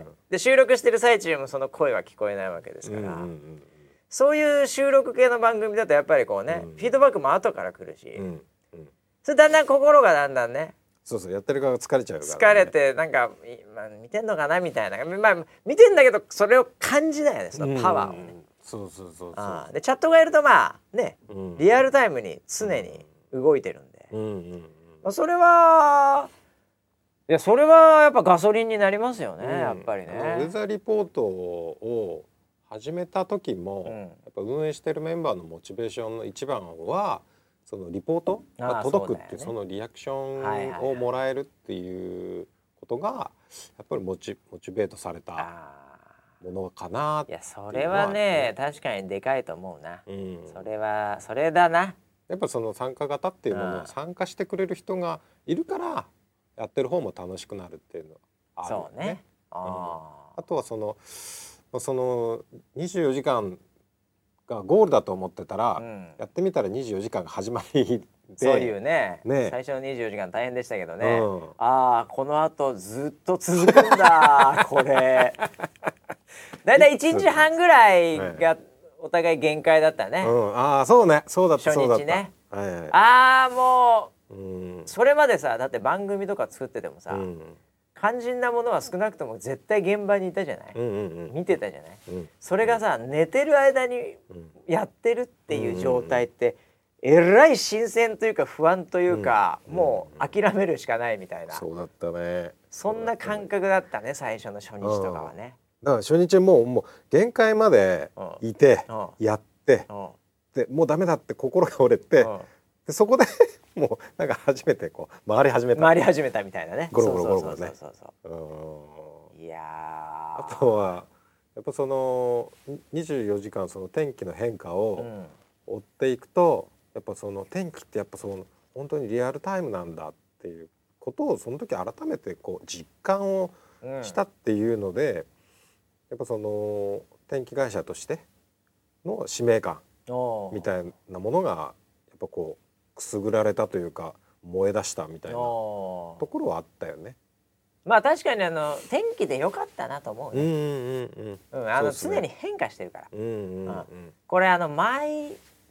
で収録してる最中もその声は聞こえないわけですから、そういう収録系の番組だとやっぱりこうね、フィードバックも後から来るし、それだんだん心がだんだんね、 そうやってる側が疲れちゃうから、 疲れてなんか、見てんのかなみたいな、見てんだけどそれを感じないよね、そのパワーをね。 そうでチャットがいるとね、リアルタイムに常に動いてるんで、それはいやそれはやっぱガソリンになりますよね、やっぱりね。 ウェザーリポートを始めた時も、やっぱ運営してるメンバーのモチベーションの一番はそのリポートが届くっていう、そのリアクションをもらえるっていうことがやっぱりモチベートされたものかなっていうのは。いやそれはね確かにでかいと思うな。それだな。 やっぱその参加型っていうものを参加してくれる人がいるからやってる方も楽しくなるっていうのはあるよね。あとはその24時間がゴールだと思ってたら、やってみたら24時間が始まりで、 そういうね最初の24時間大変でしたけどね、このあとずっと続くんだこれ。だいたい1日半ぐらいがお互い限界だったね。 そうね、そうだった初日ね。もうそれまでさ、だって番組とか作っててもさ、肝心なものは少なくとも絶対現場にいたじゃない、見てたじゃない、それがさ寝てる間にやってるっていう状態って、えらい新鮮というか不安というか、もう諦めるしかないみたいな、 そうだったね。 そんな感覚だったね最初の初日とかはね。 だから初日もう限界までいてやってでもうダメだって心が折れて、でそこでもうなんか初めてこう回り始めたみたいなね。 ゴロゴロね。 いやあとはやっぱその24時間その天気の変化を追っていくと、やっぱその天気ってやっぱその本当にリアルタイムなんだっていうことをその時改めてこう実感をしたっていうので、やっぱその天気会社としての使命感みたいなものがやっぱこうくすぐられたというか燃え出したみたいなところはあったよね。 確かに天気で良かったなと思うね。常に変化してるから。これ毎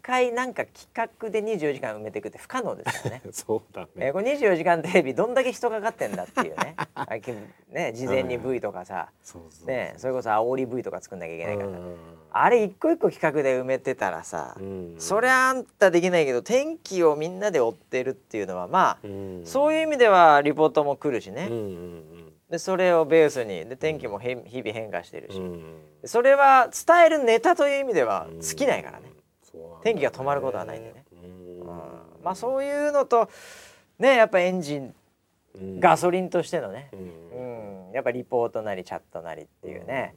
回なんか企画で24時間埋めていくって不可能ですからね。 そうだね。 これ24時間テレビどんだけ人かかってんだっていうね。ね、事前に V とかさ、ね、それこそ煽り V とか作んなきゃいけないから、あれ一個一個企画で埋めてたらさ、そりゃあんたできないけど天気をみんなで追ってるっていうのはまあ、そういう意味ではリポートも来るしね。でそれをベースにで天気も日々変化してるし、それは伝えるネタという意味では尽きないからね。天気が止まることはないんでね。まあそういうのとね、やっぱエンジンガソリンとしてのね、やっぱリポートなりチャットなりっていうね、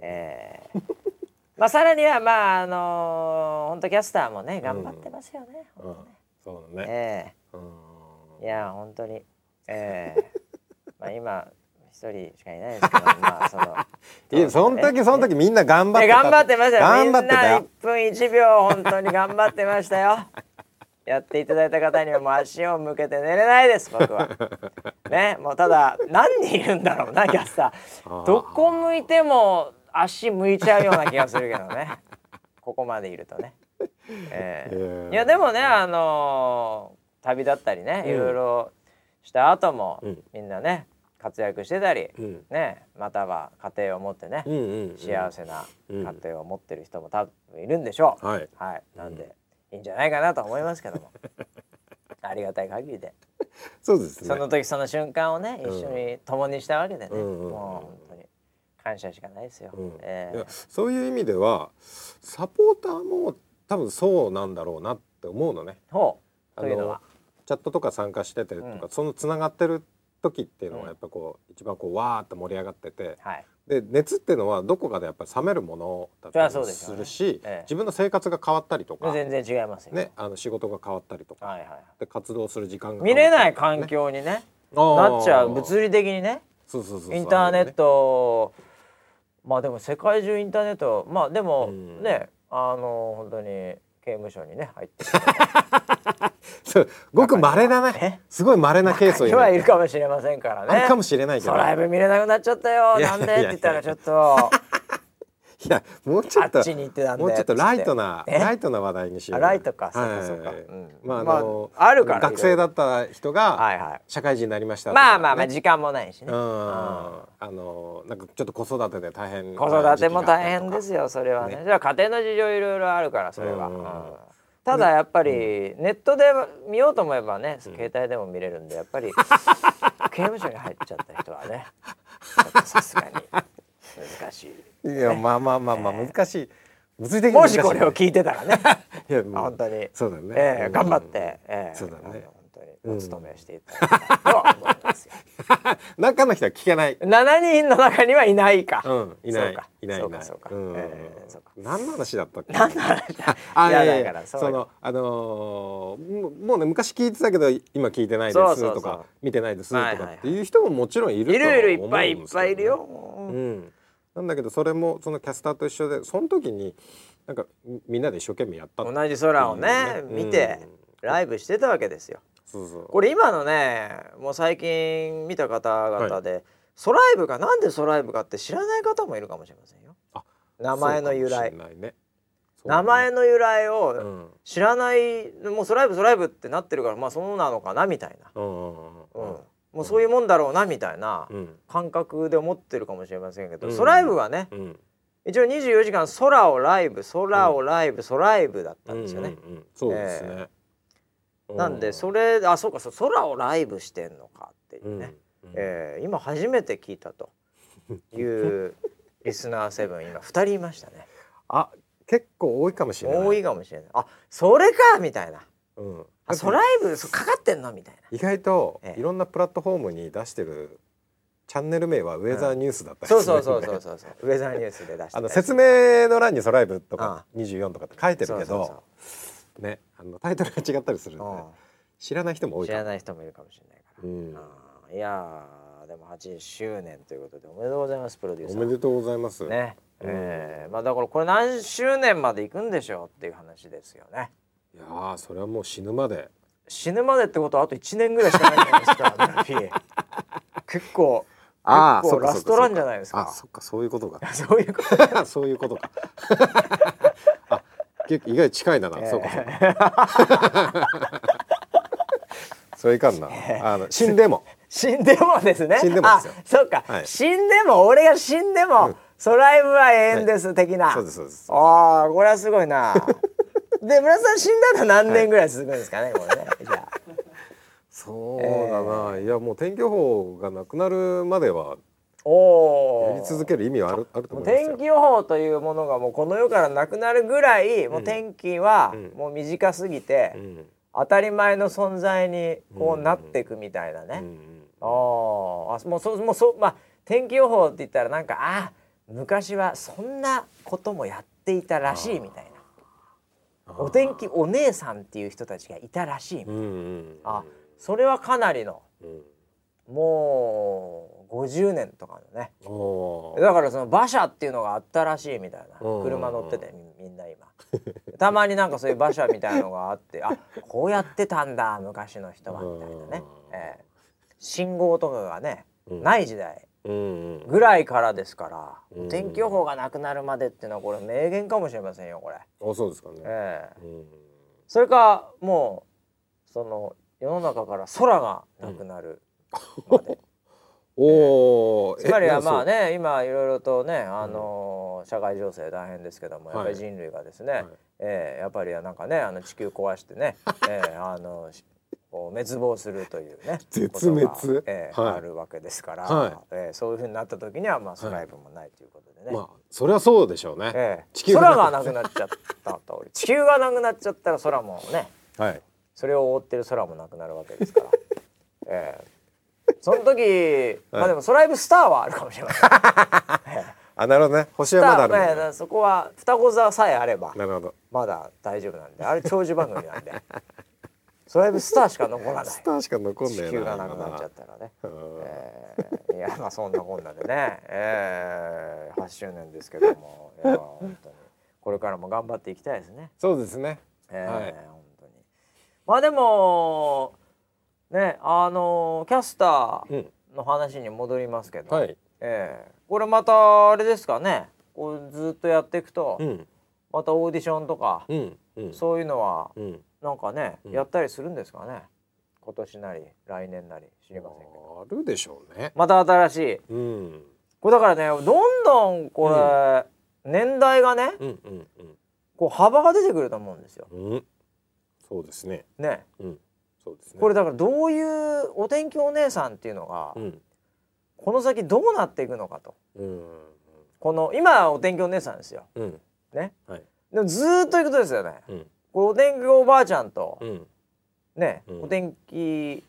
まあさらにはまあ本当キャスターもね頑張ってますよね。 そうだね。 いや本当にまあ今一人しかいないですけど、まあその時みんな頑張ってた。 頑張ってましたよ。みんな1分1秒本当に頑張ってましたよ。やっていただいた方にはもう足を向けて寝れないです僕は。ね、もうただ何人いるんだろうなキャスター。どこ向いても足向いちゃうような気がするけどね。ここまでいるとね。いやでもね旅立ったりねいろいろした後もみんなね活躍してたり、ね、または家庭を持ってね、幸せな家庭を持ってる人も多分いるんでしょう。なんでいいんじゃないかなと思いますけどもありがたい限りでそうですね。 その時その瞬間をね一緒に共にしたわけでね、もう本当に感謝しかないですよ。 そういう意味ではサポーターも多分そうなんだろうなって思うのね。というのはチャットとか参加しててとか、そのつながってる時っていうのはやっぱ一番わーって盛り上がってて、で熱っていうのはどこかでやっぱり冷めるものだったりするし、自分の生活が変わったりとか全然違いますよね。 仕事が変わったりとかで活動する時間が見れない環境にねなっちゃう、物理的にね。インターネットまあでも世界中インターネットまあでもね本当に刑務所にね入ってごく稀だね。すごい稀なケースはいるかもしれませんからね。 あるかもしれないけどライブ見れなくなっちゃったよなんでって言ったらちょっといやもうちょっとあっちに行ってたんでもうちょっとライトな話題にしよう。 ライトかそうか。 まああるから学生だった人が社会人になりましたとか。まあ時間もないしね。 なんかちょっと子育てで大変。 子育ても大変ですよそれはね。じゃあ家庭の事情いろいろあるからそれは。ただやっぱりネットで見ようと思えばね携帯でも見れるんでやっぱり刑務所に入っちゃった人はねさすがに難しい。 いやまあ難しい。 もしこれを聞いてたらね本当にそうだね頑張ってそうだね本当にお勤めしていただきたいと思いますよ。 中の人は聞けない。 7人の中にはいないか。 いない。 そうか。 何の話だったっけ。 何の話だ。 だからもうね昔聞いてたけど今聞いてないですとか見てないですとかっていう人ももちろんいると思うんですけどね。 いっぱいいるよ。 なんだけどそれもそのキャスターと一緒でその時になんかみんなで一生懸命やった同じ空をね見てライブしてたわけですよ。これ今のねもう最近見た方々でソライブがなんでソライブかって知らない方もいるかもしれませんよ。名前の由来名前の由来を知らないもうソライブってなってるからまあそうなのかなみたいなもうそういうもんだろうなみたいな感覚で思ってるかもしれませんけどソライブはね一応24時間空をライブソライブだったんですよね。 そうですね。 なんでそうか空をライブしてんのかっていうね、今初めて聞いたというリスナー7今2人いましたね。 結構多いかもしれない。 多いかもしれない。それかみたいな。ソライブかかってんのみたいな。 意外といろんなプラットフォームに出してるチャンネル名はウェザーニュースだったりするんで、 そうウェザーニュースで出して説明の欄にソライブとか24とかって書いてるけどねタイトルが違ったりするので知らない人も多い。 知らない人もいるかもしれないから。いやでも80周年ということでおめでとうございますプロデューサー。 おめでとうございますね。まあだからこれ何周年まで行くんでしょうっていう話ですよね。 いやそれはもう死ぬまでってことはあと1年ぐらいしかないじゃないですか。村ピー結構ラストランじゃないですか。 そっかそういうことか。 そういうことそういうことか。 意外近いだな、そうかそれいかんな、死んでもですね。 死んでもですよ。 そうか、死んでも、俺が死んでも、ソライブは永遠です的な。 そうですそうです。 ああ、これはすごいな。で、村田さん死んだの何年ぐらい続くんですかね、これね。じゃあ。 そうだな、いやもう天気予報がなくなるまではやり続ける意味はあると思いますよ。 天気予報というものがもうこの世からなくなるぐらい、もう天気はもう短すぎて、当たり前の存在にこうなっていくみたいなね。まあ天気予報って言ったらなんか昔はそんなこともやっていたらしいみたいな、お天気お姉さんっていう人たちがいたらしいみたいな、それはかなりの、もう50年とかのね。だからその馬車っていうのがあったらしいみたいな、車乗っててみんな今たまになんかそういう馬車みたいなのがあって、こうやってたんだ昔の人はみたいなね。信号とかがね、ない時代ぐらいからですから、天気予報がなくなるまでっていうのはこれ名言かもしれませんよこれ。 そうですかね。 それかもうその世の中から空がなくなるまで。つまりはまあね、今いろいろとね、社会情勢大変ですけども、やっぱり人類がですね、やっぱりなんかね、地球壊してね、滅亡するというね、 絶滅あるわけですから、そういう風になった時にはまあソライブもないということでね。 まあそれはそうでしょうね。 空がなくなっちゃった通り、地球がなくなっちゃったら空もね、それを覆ってる空もなくなるわけですから。その時、まあでもソライブスターはあるかもしれません。 なるほどね。星はまだある。 そこは双子座さえあれば、 なるほど。 まだ大丈夫なんで、あれ長寿番組なんで。ソライブスターしか残らない。 スターしか残んない。 地球がなくなっちゃったらね。いやまあそんなこんなでね、8周年ですけども、本当にこれからも頑張っていきたいですね。 そうですね。 本当に。まあでも。ね、キャスターの話に戻りますけど、これまたあれですかね、こうずっとやっていくと、またオーディションとか、そういうのはなんかね、やったりするんですかね、今年なり来年なり知りませんけど。 あるでしょうね。 また新しい、これだからね、どんどんこれ、年代がね、こう幅が出てくると思うんですよ。 そうですね。 ね。 そうですね。 これだからどういうお天気お姉さんっていうのが、この先どうなっていくのかと。この今お天気お姉さんですよ。ね。でもずっといくとですよね。これお天気おばあちゃんとね、お天気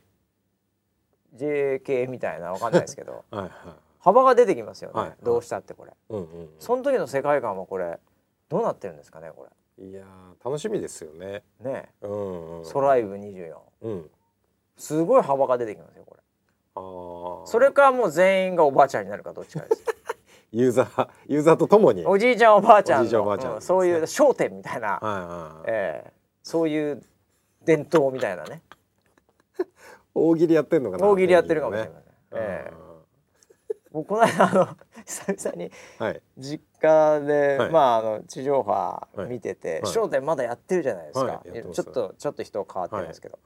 JK みたいなわかんないですけど、幅が出てきますよね。どうしたってこれ。その時の世界観はこれどうなってるんですかねこれ。 いや楽しみですよね。 ね、ソライブ24、すごい幅が出てきますよこれ。それかもう全員がおばあちゃんになるかどっちかです。 ユーザーとともにおじいちゃんおばあちゃんのそういう商店みたいな、そういう伝統みたいなね。 大喜利やってるのかな。 大喜利やってるかもしれません。僕この間久々に実家で、地上波見てて、笑点まだやってるじゃないですか。ちょっと人変わってるんですけど、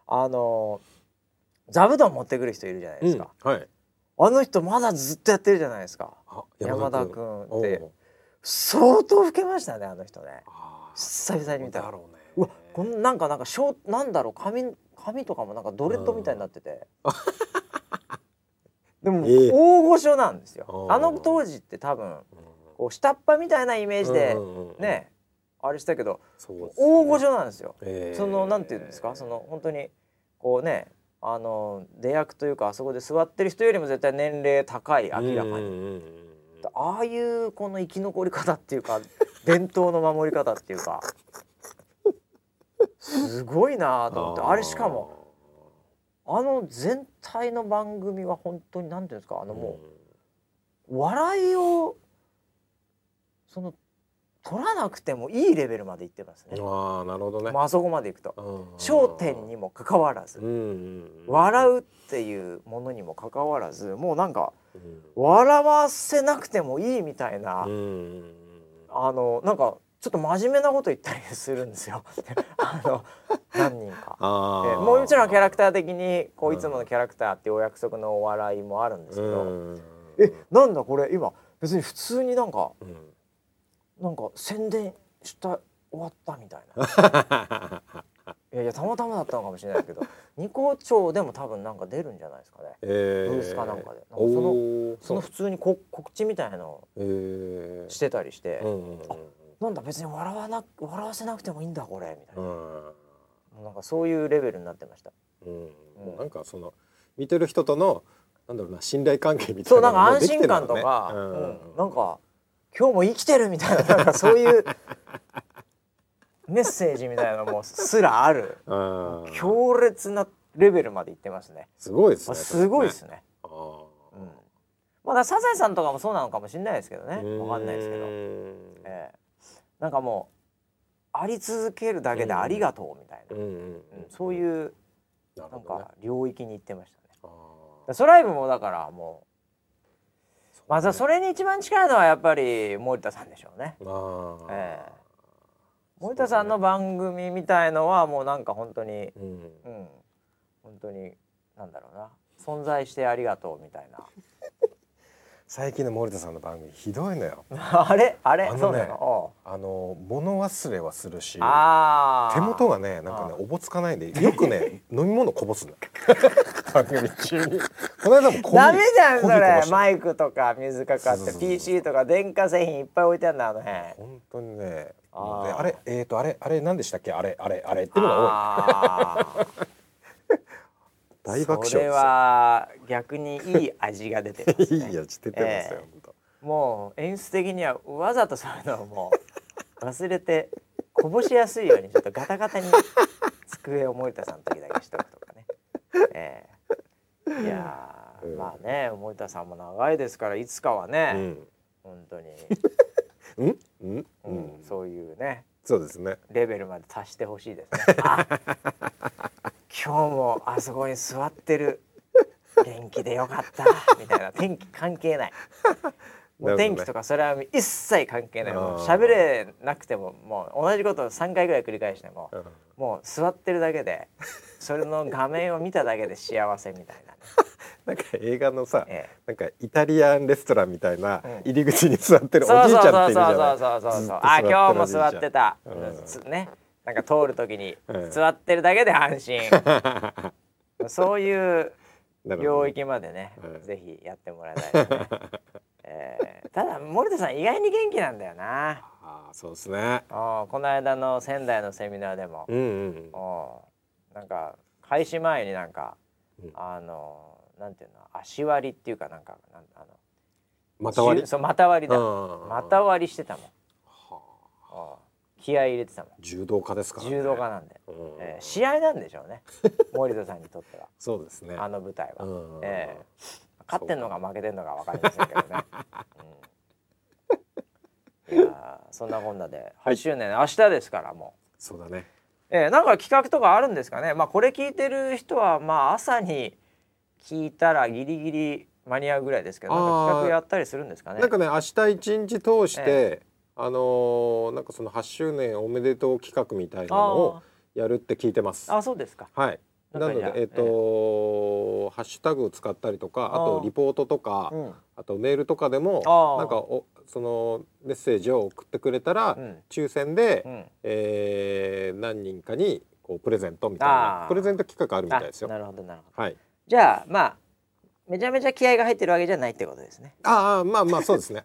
座布団持ってくる人いるじゃないですか。あの人まだずっとやってるじゃないですか。山田君って相当老けましたねあの人ね。久々に見たら、うわこんなんかなんだろう、髪とかもなんかドレッドみたいになってて。でも大御所なんですよ。あの当時って多分こう下っ端みたいなイメージでね、あれしたけど大御所なんですよ。そのなんていうんですか、その本当にこうね、出役というかあそこで座ってる人よりも絶対年齢高い、明らかに。ああいうこの生き残り方っていうか伝統の守り方っていうかすごいなと思って。あれしかも全体の番組は本当になんていうんですか、もう笑いを取らなくてもいいレベルまでいってますね。 なるほどね。 あそこまでいくと笑点にもかかわらず、笑うっていうものにもかかわらず、もうなんか笑わせなくてもいいみたいな、なんかちょっと真面目なこと言ったりするんですよ何人か。もちろんキャラクター的にこういつものキャラクターっていうお約束のお笑いもあるんですけど、なんだこれ今別に普通になんか宣伝した終わったみたいないやたまたまだったのかもしれないけどニコ町でも多分なんか出るんじゃないですかね、ブースかなんかでその普通に告知みたいなのをしてたりして、なんだ別に笑わせなくてもいいんだこれみたいな、なんかそういうレベルになってました。 もうなんかその見てる人とのなんだろうな信頼関係みたいなのができてるのね。そうなんか安心感とか、なんか今日も生きてるみたいな、なんかそういうメッセージみたいなのもすらある強烈なレベルまでいってますね。 すごいですね。 すごいですね。まだサザエさんとかもそうなのかもしれないですけどね、わかんないですけど、なんかもうあり続けるだけでありがとうみたいな、そういうなんか領域に行ってましたね。ソライブもだからもうまずはそれに一番近いのはやっぱり森田さんでしょうね。森田さんの番組みたいのはもうなんか本当に、本当になんだろうな、存在してありがとうみたいな。 最近の森田さんの番組ひどいのよ。 あれそうなの。 物忘れはするし、手元がねなんかねおぼつかないんでよくね飲み物こぼすの番組中に。この間もダメじゃんそれ。マイクとか水かかって PC とか電化製品いっぱい置いてあるんだ辺。 本当にね。あれ何でしたっけ、あれっていうのが多い。大爆笑ですよ。 それは逆にいい味が出てますね。 いい味出てますよ、本当。 もう演出的にはわざとそういうのをもう忘れてこぼしやすいようにちょっとガタガタに机を森田さんの時だけしとくとかね。いやまあね、森田さんも長いですからいつかはね、本当にそういうね、 そうですね、 レベルまで達してほしいですね。今日もあそこに座ってる、元気でよかったみたいな、天気関係ない、もう天気とかそれは一切関係ない、もう喋れなくてももう同じことを3回ぐらい繰り返しても、もう座ってるだけでそれの画面を見ただけで幸せみたいな、ね、 なんか映画のさ、なんかイタリアンレストランみたいな入り口に座ってるおじいちゃんっているじゃない。 そうあ、今日も座ってた、ね、なんか通る時に座ってるだけで安心、そういう領域までね、ぜひやってもらいたいですね。ただ森田さん意外に元気なんだよな。 そうですね。 この間の仙台のセミナーでも、なんか開始前になんか、なんていうの、足割りっていうかなんか股割り、 そう股割りだ、股割りしてたもん。気合い入れてたもん。 柔道家ですからね。 柔道家なんで、試合なんでしょうね、森田さんにとっては。 そうですね、 あの舞台は。勝ってんのか負けてんのか分かりませんけどね。いやそんなこんなで8周年、明日ですからもう。 そうだね。 なんか企画とかあるんですかね。まあこれ聞いてる人はまあ朝に聞いたらギリギリ間に合うぐらいですけど、なんか企画やったりするんですかね。 なんかね、明日一日通して、なんかその8周年おめでとう企画みたいなのをやるって聞いてます。 そうですか。 はい。なのでハッシュタグを使ったりとか、あとリポートとか、あとメールとかでもなんかそのメッセージを送ってくれたら、抽選で、何人かにこうプレゼントみたいなプレゼント企画あるみたいですよ。 なるほどなるほど。 はい。 じゃあまあめちゃめちゃ気合が入ってるわけじゃないってことですね。 まあそうですね。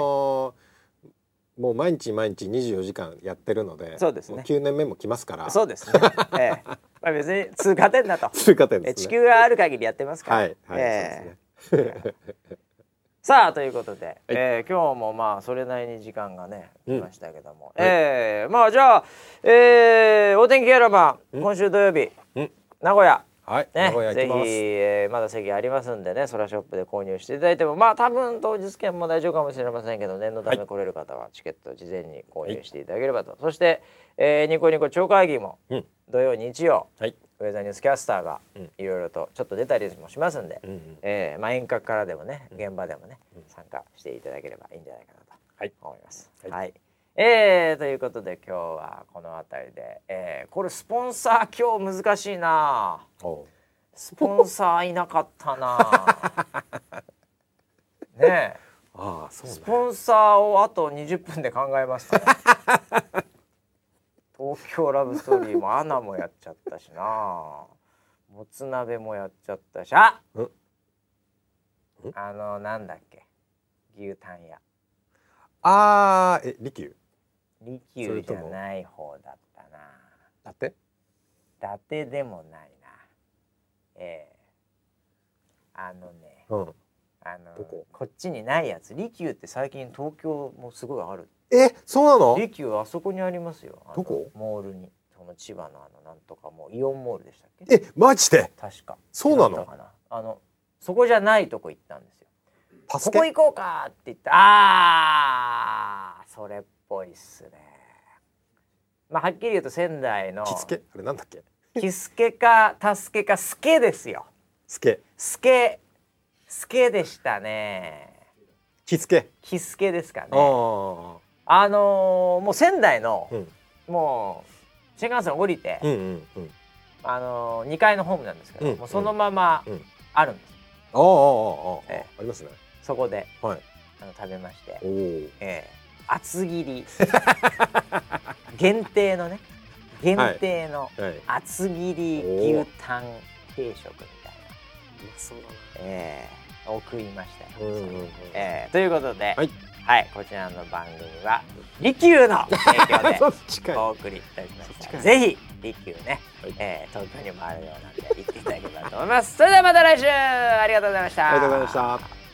もう毎日24時間やってるので、 そうですね。 9年目も来ますから。 そうですね。まあ別に通過点だと。 通過点ですね。 地球がある限りやってますから。 はいはい、そうですね。 さあということで、今日もまあそれなりに時間がね来ましたけども、まあじゃあ、お天気キャラバン、今週土曜日、名古屋。ね、ぜひ、まだ席ありますんでね、ソラショップで購入していただいても、まあ多分当日券も大丈夫かもしれませんけど、念のため来れる方はチケット事前に購入していただければと。そして、ニコニコ超会議も土曜日曜、ウェザーニュースキャスターがいろいろとちょっと出たりもしますんで、まあ遠隔からでもね、現場でもね、参加していただければいいんじゃないかなと思います。はい。 ということで今日はこの辺りで、これスポンサー今日難しいな。スポンサーいなかったな。ねえ。ああ、そうね。スポンサーをあと20分で考えますから、ね、東京ラブストーリーもアナもやっちゃったしな、もつ鍋もやっちゃったし、なんだっけ、牛タン屋。 利休じゃない方だったな。伊達でもないな。こっちにないやつ。利休って最近東京もすごいある。 そうなの？ 利休あそこにありますよ。 どこ？ モールに。その千葉のなんとかもイオンモールでしたっけ？ マジで？ 確か。 そうなの？ そこじゃないとこ行ったんですよ。ここ行こうかって言って、それっぽいっすね。まあはっきり言うと仙台のキスケ、あれなんだっけ？ キスケかタスケかスケですよ。スケでしたね。 キスケですかね。もう仙台の、もう新幹線降りて、2階のホームなんですけど、もうそのままあるんです。 ありますね。 そこで、食べまして、厚切り限定の厚切り牛タン定食みたいな、 そうだな、を食いましたよ。ということで、こちらの番組は利休の提供でお送りいたしました。ぜひ利休ね、東京にもあるようなんで行っていただければと思います。それではまた来週、ありがとうございました。 ありがとうございました。